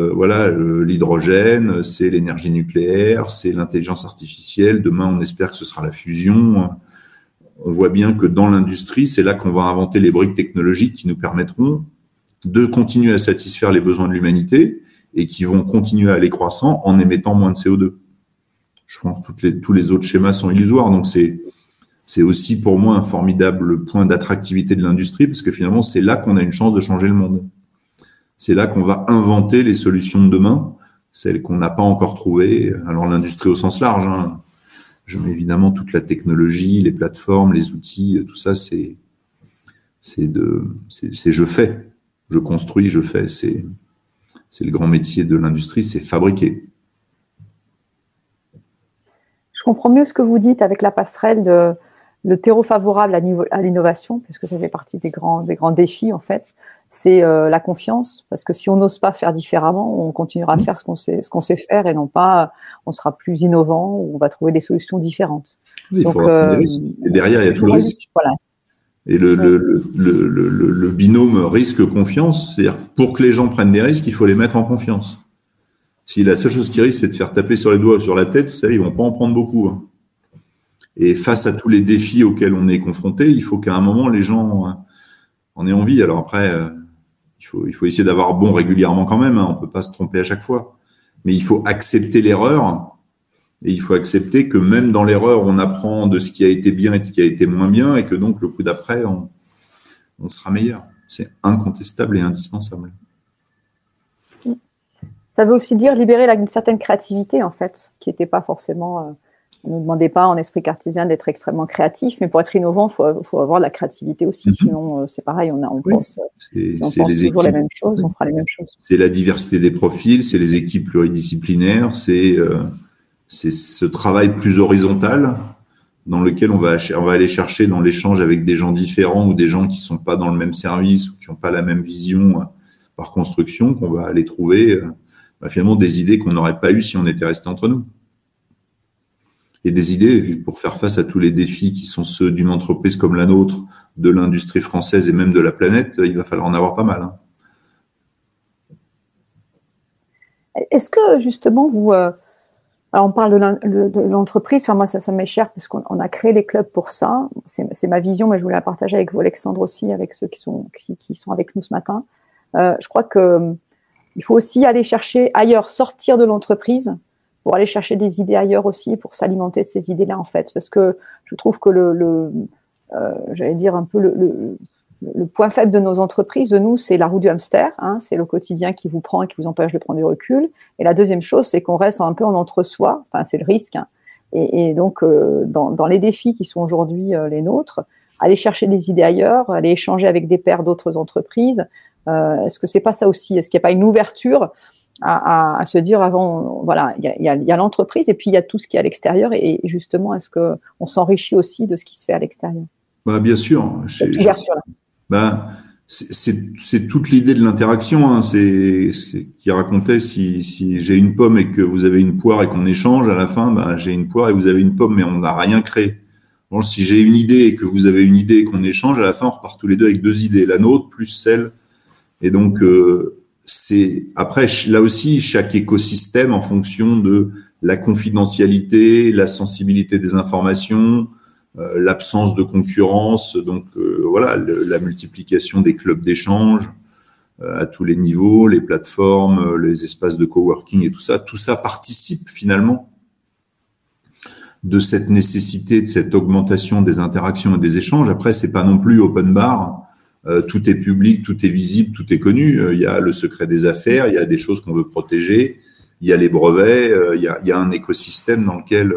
l'hydrogène, c'est l'énergie nucléaire, c'est l'intelligence artificielle. Demain, on espère que ce sera la fusion. On voit bien que dans l'industrie, c'est là qu'on va inventer les briques technologiques qui nous permettront de continuer à satisfaire les besoins de l'humanité et qui vont continuer à aller croissant en émettant moins de CO2. Je pense que tous les autres schémas sont illusoires. Donc, c'est aussi pour moi un formidable point d'attractivité de l'industrie parce que finalement, c'est là qu'on a une chance de changer le monde. C'est là qu'on va inventer les solutions de demain, celles qu'on n'a pas encore trouvées. Alors l'industrie au sens large, je mets évidemment toute la technologie, les plateformes, les outils, tout ça, c'est je fais, je construis, je fais. C'est le grand métier de l'industrie, c'est fabriquer. Je comprends mieux ce que vous dites avec la passerelle de le terreau favorable à l'innovation, puisque ça fait partie des grands défis en fait. C'est la confiance, parce que si on n'ose pas faire différemment, on continuera à faire ce qu'on sait faire et non pas, on sera plus innovant ou on va trouver des solutions différentes. Oui, il faut prendre des risques. Et derrière, il y a tout le risque. Voilà. Et le binôme risque-confiance, c'est-à-dire pour que les gens prennent des risques, il faut les mettre en confiance. Si la seule chose qui risque, c'est de faire taper sur les doigts ou sur la tête, vous savez, ils vont pas en prendre beaucoup. Et face à tous les défis auxquels on est confronté, il faut qu'à un moment, les gens en aient envie. Alors après, il faut essayer d'avoir bon régulièrement quand même. On peut pas se tromper à chaque fois. Mais il faut accepter l'erreur. Et il faut accepter que même dans l'erreur, on apprend de ce qui a été bien et de ce qui a été moins bien. Et que donc, le coup d'après, on sera meilleur. C'est incontestable et indispensable. Ça veut aussi dire libérer une certaine créativité, en fait, qui n'était pas forcément... on ne nous demandait pas en esprit cartésien d'être extrêmement créatif, mais pour être innovant, il faut avoir de la créativité aussi. Sinon, c'est pareil, on pense toujours les mêmes choses, on fera les mêmes choses. C'est la diversité des profils, c'est les équipes pluridisciplinaires, c'est ce travail plus horizontal dans lequel on va aller chercher dans l'échange avec des gens différents ou des gens qui sont pas dans le même service ou qui n'ont pas la même vision par construction, qu'on va aller trouver finalement des idées qu'on n'aurait pas eues si on était resté entre nous. Et des idées pour faire face à tous les défis qui sont ceux d'une entreprise comme la nôtre, de l'industrie française et même de la planète, il va falloir en avoir pas mal. Est-ce que justement vous, alors on parle de l'entreprise, enfin moi ça m'est cher parce qu'on a créé les clubs pour ça. C'est ma vision, mais je voulais la partager avec vous, Alexandre, aussi, avec ceux qui sont avec nous ce matin. Je crois que il faut aussi aller chercher ailleurs, sortir de l'entreprise pour aller chercher des idées ailleurs aussi, pour s'alimenter de ces idées-là en fait, parce que je trouve que j'allais dire un peu le point faible de nos entreprises, de nous, c'est la roue du hamster, hein, c'est le quotidien qui vous prend et qui vous empêche de prendre du recul. Et la deuxième chose, c'est qu'on reste un peu en entre-soi, enfin c'est le risque. Hein. Et donc, dans les défis qui sont aujourd'hui les nôtres, aller chercher des idées ailleurs, aller échanger avec des pairs d'autres entreprises, est-ce que c'est pas ça aussi? Est-ce qu'il n'y a pas une ouverture à se dire avant, voilà, il y a l'entreprise et puis il y a tout ce qui est à l'extérieur et justement, est-ce qu'on s'enrichit aussi de ce qui se fait à l'extérieur? Bah, bien sûr. Cette ouverture-là. Ben, c'est toute l'idée de l'interaction. Hein. C'est qui racontait si j'ai une pomme et que vous avez une poire et qu'on échange à la fin, ben, j'ai une poire et vous avez une pomme, mais on n'a rien créé. Bon, si j'ai une idée et que vous avez une idée et qu'on échange, à la fin, on repart tous les deux avec deux idées, la nôtre plus celle. Et donc, c'est après là aussi chaque écosystème en fonction de la confidentialité, la sensibilité des informations. L'absence de concurrence, donc voilà, la multiplication des clubs d'échange à tous les niveaux, les plateformes, les espaces de coworking et tout ça participe finalement de cette nécessité, de cette augmentation des interactions et des échanges. Après, c'est pas non plus open bar, tout est public, tout est visible, tout est connu. Il y a le secret des affaires, il y a des choses qu'on veut protéger, il y a les brevets, il y a un écosystème dans lequel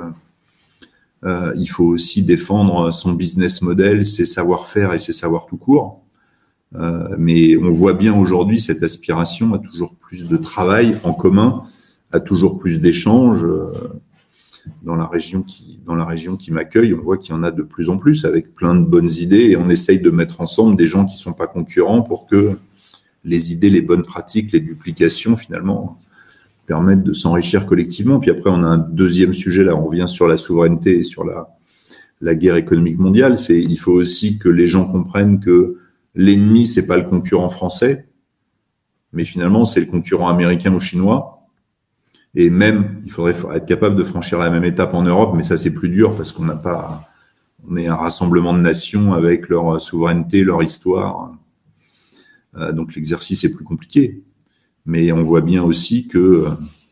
il faut aussi défendre son business model, ses savoir-faire et ses savoirs tout court. Mais on voit bien aujourd'hui cette aspiration à toujours plus de travail en commun, à toujours plus d'échanges. Dans la région qui m'accueille, on voit qu'il y en a de plus en plus avec plein de bonnes idées et on essaye de mettre ensemble des gens qui sont pas concurrents pour que les idées, les bonnes pratiques, les duplications finalement permettent de s'enrichir collectivement. Puis après, on a un deuxième sujet, là, on revient sur la souveraineté et sur la guerre économique mondiale. Il faut aussi que les gens comprennent que l'ennemi, c'est pas le concurrent français, mais finalement, c'est le concurrent américain ou chinois. Et même, il faudrait être capable de franchir la même étape en Europe, mais ça, c'est plus dur parce qu'on est un rassemblement de nations avec leur souveraineté, leur histoire. Donc, l'exercice est plus compliqué. Mais on voit bien aussi que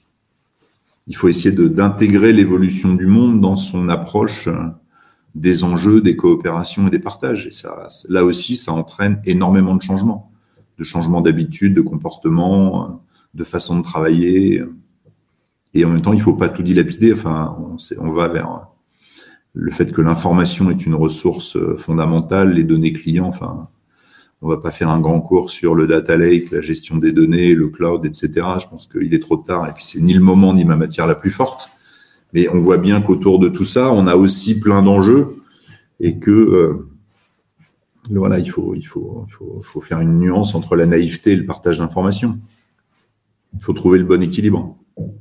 il faut essayer d'intégrer l'évolution du monde dans son approche des enjeux, des coopérations et des partages. Et ça, là aussi, ça entraîne énormément de changements d'habitude, de comportement, de façon de travailler. Et en même temps, il faut pas tout dilapider. Enfin, on va vers le fait que l'information est une ressource fondamentale, les données clients. Enfin, on va pas faire un grand cours sur le data lake, la gestion des données, le cloud, etc. Je pense qu'il est trop tard et puis c'est ni le moment ni ma matière la plus forte. Mais on voit bien qu'autour de tout ça, on a aussi plein d'enjeux et que voilà, il faut faire une nuance entre la naïveté et le partage d'informations. Il faut trouver le bon équilibre.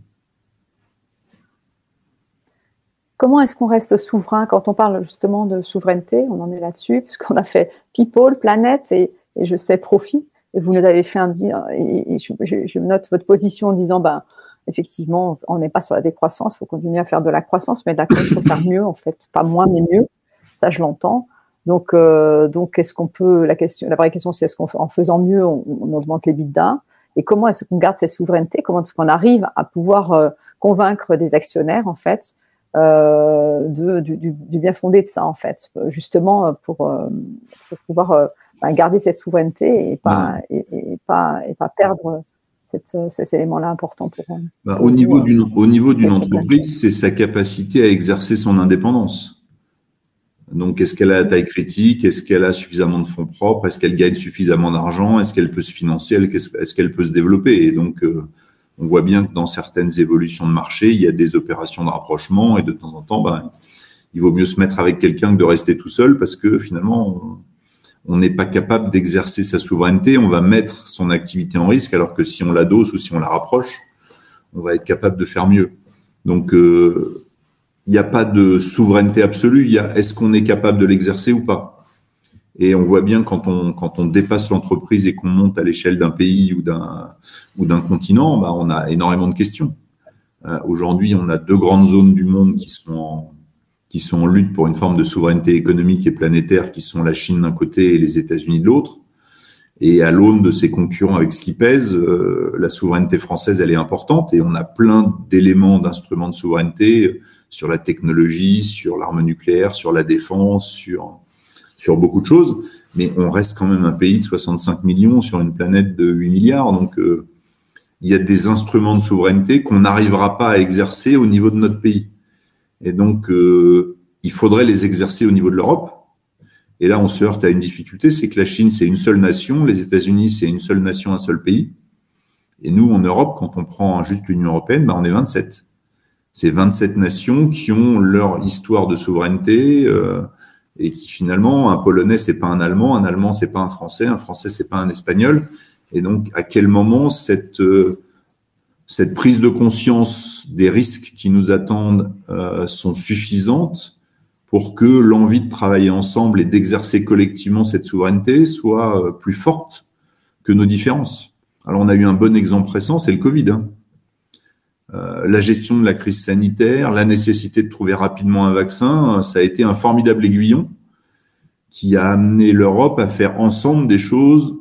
Comment est-ce qu'on reste souverain quand on parle justement de souveraineté? On en est là-dessus, puisqu'on a fait people, planète et je fais profit. Et vous nous avez fait et je note votre position en disant, effectivement, on n'est pas sur la décroissance, il faut continuer à faire de la croissance, mais d'accord, il faut faire mieux en fait, pas moins mais mieux. Ça, je l'entends. Donc, est-ce qu'on peut, la vraie question, c'est est-ce qu'en faisant mieux, on augmente les bidas? Et comment est-ce qu'on garde cette souveraineté? Comment est-ce qu'on arrive à pouvoir convaincre des actionnaires en fait? Du bien fondé de ça en fait, justement pour pouvoir garder cette souveraineté et pas perdre ces éléments-là importants pour au niveau d'une entreprise, c'est sa capacité à exercer son indépendance. Donc, est-ce qu'elle a la taille critique? Est-ce qu'elle a suffisamment de fonds propres? Est-ce qu'elle gagne suffisamment d'argent? Est-ce qu'elle peut se financer? Est-ce qu'elle peut se développer? Et donc on voit bien que dans certaines évolutions de marché, il y a des opérations de rapprochement et de temps en temps, il vaut mieux se mettre avec quelqu'un que de rester tout seul parce que finalement, on n'est pas capable d'exercer sa souveraineté. On va mettre son activité en risque alors que si on l'adosse ou si on la rapproche, on va être capable de faire mieux. Donc, il n'y a pas de souveraineté absolue. Il y a est-ce qu'on est capable de l'exercer ou pas? Et on voit bien quand on dépasse l'entreprise et qu'on monte à l'échelle d'un pays ou d'un continent, bah, on a énormément de questions. Aujourd'hui, on a 2 grandes zones du monde qui sont en lutte pour une forme de souveraineté économique et planétaire, qui sont la Chine d'un côté et les États-Unis de l'autre. Et à l'aune de ces concurrents avec ce qui pèse, la souveraineté française, elle est importante et on a plein d'éléments, d'instruments de souveraineté sur la technologie, sur l'arme nucléaire, sur la défense, sur beaucoup de choses. Mais on reste quand même un pays de 65 millions sur une planète de 8 milliards. Donc, il y a des instruments de souveraineté qu'on n'arrivera pas à exercer au niveau de notre pays. Et donc, il faudrait les exercer au niveau de l'Europe. Et là, on se heurte à une difficulté, c'est que la Chine, c'est une seule nation, les États-Unis, c'est une seule nation, un seul pays. Et nous, en Europe, quand on prend juste l'Union européenne, bah, on est 27. C'est 27 nations qui ont leur histoire de souveraineté et qui finalement, un Polonais, c'est pas un Allemand, c'est pas un Français c'est pas un Espagnol. Et donc, à quel moment cette prise de conscience des risques qui nous attendent sont suffisantes pour que l'envie de travailler ensemble et d'exercer collectivement cette souveraineté soit plus forte que nos différences. Alors, on a eu un bon exemple récent, c'est le Covid. La gestion de la crise sanitaire, la nécessité de trouver rapidement un vaccin, ça a été un formidable aiguillon qui a amené l'Europe à faire ensemble des choses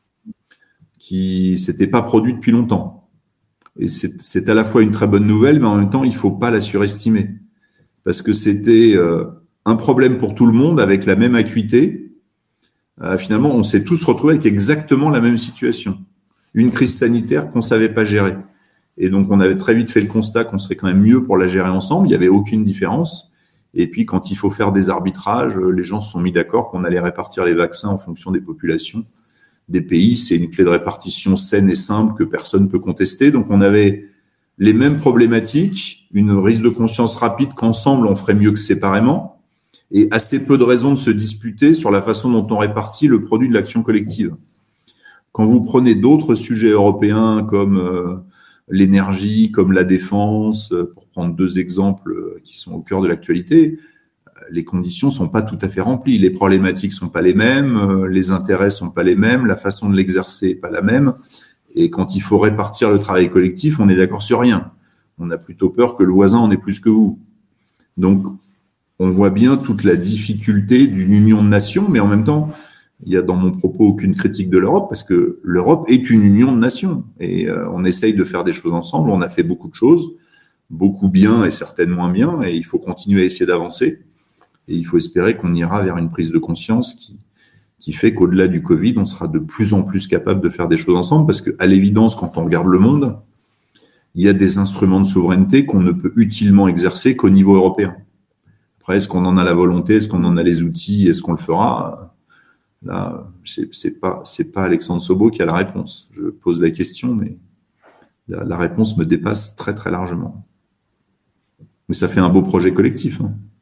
qui s'étaient pas produites depuis longtemps. Et c'est à la fois une très bonne nouvelle, mais en même temps, il faut pas la surestimer. Parce que c'était un problème pour tout le monde avec la même acuité. Finalement, on s'est tous retrouvés avec exactement la même situation. Une crise sanitaire qu'on savait pas gérer. Et donc, on avait très vite fait le constat qu'on serait quand même mieux pour la gérer ensemble. Il n'y avait aucune différence. Et puis, quand il faut faire des arbitrages, les gens se sont mis d'accord qu'on allait répartir les vaccins en fonction des populations des pays. C'est une clé de répartition saine et simple que personne ne peut contester. Donc, on avait les mêmes problématiques, une prise de conscience rapide qu'ensemble, on ferait mieux que séparément, et assez peu de raisons de se disputer sur la façon dont on répartit le produit de l'action collective. Quand vous prenez d'autres sujets européens comme l'énergie, comme la défense, pour prendre 2 exemples qui sont au cœur de l'actualité, les conditions sont pas tout à fait remplies. Les problématiques sont pas les mêmes, les intérêts sont pas les mêmes, la façon de l'exercer est pas la même. Et quand il faut répartir le travail collectif, on est d'accord sur rien. On a plutôt peur que le voisin en ait plus que vous. Donc, on voit bien toute la difficulté d'une union de nations, mais en même temps, il y a dans mon propos aucune critique de l'Europe, parce que l'Europe est une union de nations. Et on essaye de faire des choses ensemble. On a fait beaucoup de choses, beaucoup bien et certaines moins bien, et il faut continuer à essayer d'avancer. Et il faut espérer qu'on ira vers une prise de conscience qui fait qu'au-delà du Covid, on sera de plus en plus capable de faire des choses ensemble, parce qu'à l'évidence, quand on regarde le monde, il y a des instruments de souveraineté qu'on ne peut utilement exercer qu'au niveau européen. Après, est-ce qu'on en a la volonté, est-ce qu'on en a les outils, est-ce qu'on le fera ? Là, c'est pas Alexandre Sobo qui a la réponse. Je pose la question, mais la réponse me dépasse très très largement. Mais ça fait un beau projet collectif.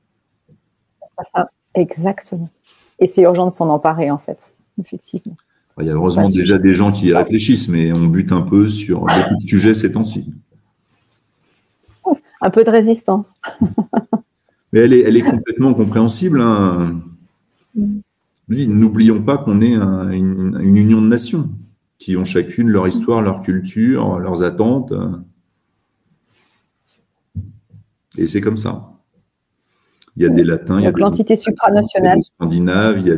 Exactement. Et c'est urgent de s'en emparer, en fait, effectivement. Il y a heureusement déjà des gens qui y réfléchissent, mais on bute un peu sur beaucoup de sujets ces temps-ci. Un peu de résistance. Mais elle est complètement compréhensible. Hein. N'oublions pas qu'on est une union de nations qui ont chacune leur histoire, leur culture, leurs attentes. Et c'est comme ça. Il y a des Latins, il y a l'entité supranationale, des Scandinaves, il y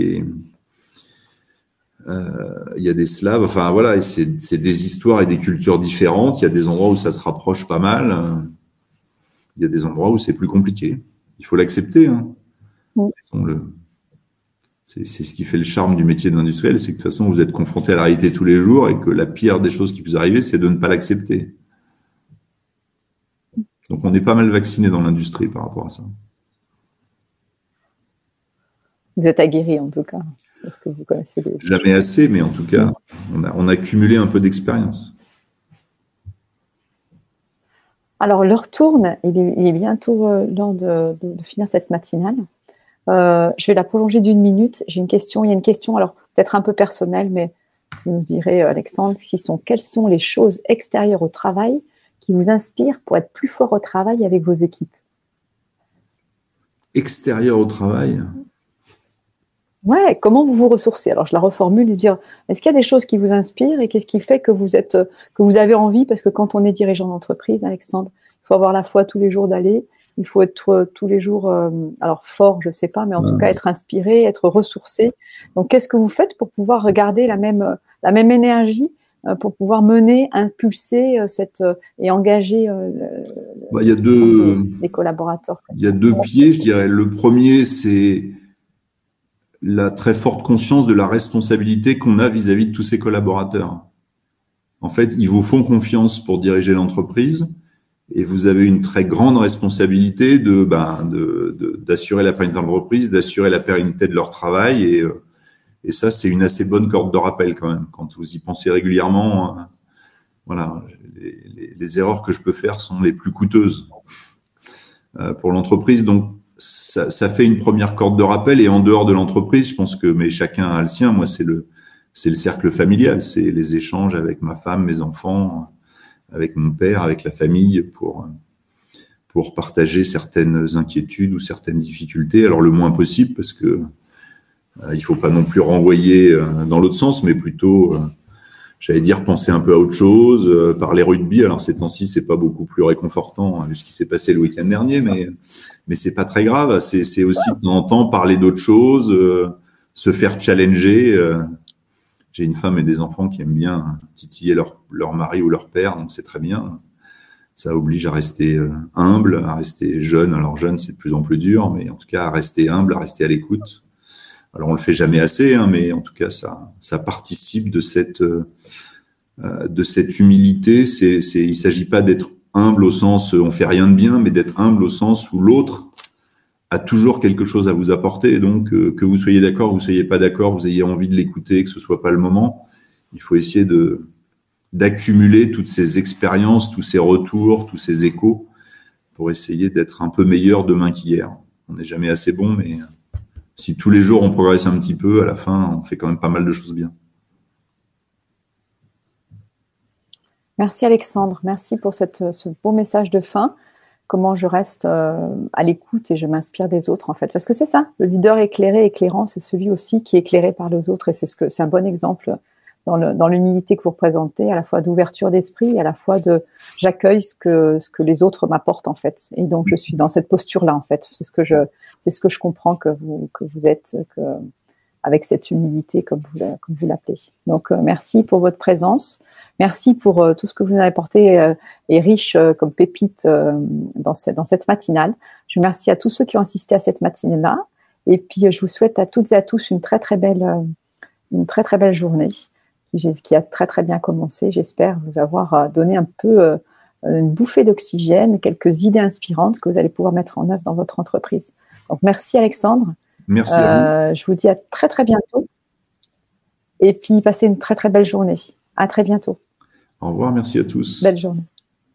a des Slaves. Enfin voilà, et c'est des histoires et des cultures différentes. Il y a des endroits où ça se rapproche pas mal. Il y a des endroits où c'est plus compliqué. Il faut l'accepter. Hein. C'est ce qui fait le charme du métier d'industriel, c'est que de toute façon, vous êtes confronté à la réalité tous les jours et que la pire des choses qui peut arriver, c'est de ne pas l'accepter. Donc, on est pas mal vacciné dans l'industrie par rapport à ça. Vous êtes aguerri, en tout cas, parce que vous connaissez les... Jamais assez, mais en tout cas, on a cumulé un peu d'expérience. Alors, l'heure tourne, il est bientôt l'heure de finir cette matinale. Je vais la prolonger d'1 minute. J'ai une question. Il y a une question, alors peut-être un peu personnelle, mais vous nous direz, Alexandre, quelles sont les choses extérieures au travail qui vous inspirent pour être plus fort au travail avec vos équipes ? Extérieures au travail ? Ouais, comment vous vous ressourcez? Alors, je la reformule et dire, est-ce qu'il y a des choses qui vous inspirent et qu'est-ce qui fait que que vous avez envie? Parce que quand on est dirigeant d'entreprise, Alexandre, il faut avoir la foi tous les jours d'aller. Il faut être tous les jours, alors fort, je sais pas, mais en tout cas être inspiré, être ressourcé. Donc, qu'est-ce que vous faites pour pouvoir regarder la même énergie, pour pouvoir mener, impulser et engager Il y a les collaborateurs? Il y a deux pieds, je dirais. Le premier, c'est la très forte conscience de la responsabilité qu'on a vis-à-vis de tous ses collaborateurs. En fait, ils vous font confiance pour diriger l'entreprise et vous avez une très grande responsabilité d'assurer la pérennité de l'entreprise, d'assurer la pérennité de leur travail et ça, c'est une assez bonne corde de rappel quand même. Quand vous y pensez régulièrement, voilà, les erreurs que je peux faire sont les plus coûteuses pour l'entreprise. Donc, ça fait une première corde de rappel. Et en dehors de l'entreprise, je pense que mais chacun a le sien. Moi, c'est le cercle familial, c'est les échanges avec ma femme, mes enfants, avec mon père, avec la famille pour partager certaines inquiétudes ou certaines difficultés. Alors le moins possible parce que il faut pas non plus renvoyer dans l'autre sens, mais plutôt j'allais dire penser un peu à autre chose, parler rugby. Alors ces temps-ci, c'est pas beaucoup plus réconfortant vu ce qui s'est passé le week-end dernier, mais c'est pas très grave. C'est aussi de temps en temps parler d'autre chose, se faire challenger. J'ai une femme et des enfants qui aiment bien titiller leur mari ou leur père, donc c'est très bien. Ça oblige à rester humble, à rester jeune. Alors jeune, c'est de plus en plus dur, mais en tout cas à rester humble, à rester à l'écoute. Alors on le fait jamais assez, hein, mais en tout cas ça participe de cette humilité. Il s'agit pas d'être humble au sens on fait rien de bien, mais d'être humble au sens où l'autre a toujours quelque chose à vous apporter. Et donc que vous soyez d'accord, vous soyez pas d'accord, vous ayez envie de l'écouter, que ce soit pas le moment, il faut essayer d'accumuler toutes ces expériences, tous ces retours, tous ces échos pour essayer d'être un peu meilleur demain qu'hier. On n'est jamais assez bon, mais si tous les jours on progresse un petit peu, à la fin, on fait quand même pas mal de choses bien. Merci Alexandre, merci pour ce beau message de fin. Comment je reste à l'écoute et je m'inspire des autres en fait. Parce que c'est ça, le leader éclairé, éclairant, c'est celui aussi qui est éclairé par les autres et c'est un bon exemple dans l'humilité que vous représentez, à la fois d'ouverture d'esprit et à la fois de j'accueille ce que les autres m'apportent en fait. Et donc je suis dans cette posture-là en fait. C'est ce que je comprends que vous êtes avec cette humilité comme vous l'appelez. Donc merci pour votre présence. Merci pour tout ce que vous nous avez apporté et riche comme pépite dans cette matinale. Je remercie à tous ceux qui ont assisté à cette matinée-là. Et puis, je vous souhaite à toutes et à tous une très, très belle journée qui a très, très bien commencé. J'espère vous avoir donné un peu une bouffée d'oxygène, quelques idées inspirantes que vous allez pouvoir mettre en œuvre dans votre entreprise. Donc, merci Alexandre. Merci à vous. Je vous dis à très, très bientôt. Et puis, passez une très, très belle journée. À très bientôt. Au revoir, merci à tous. Belle journée.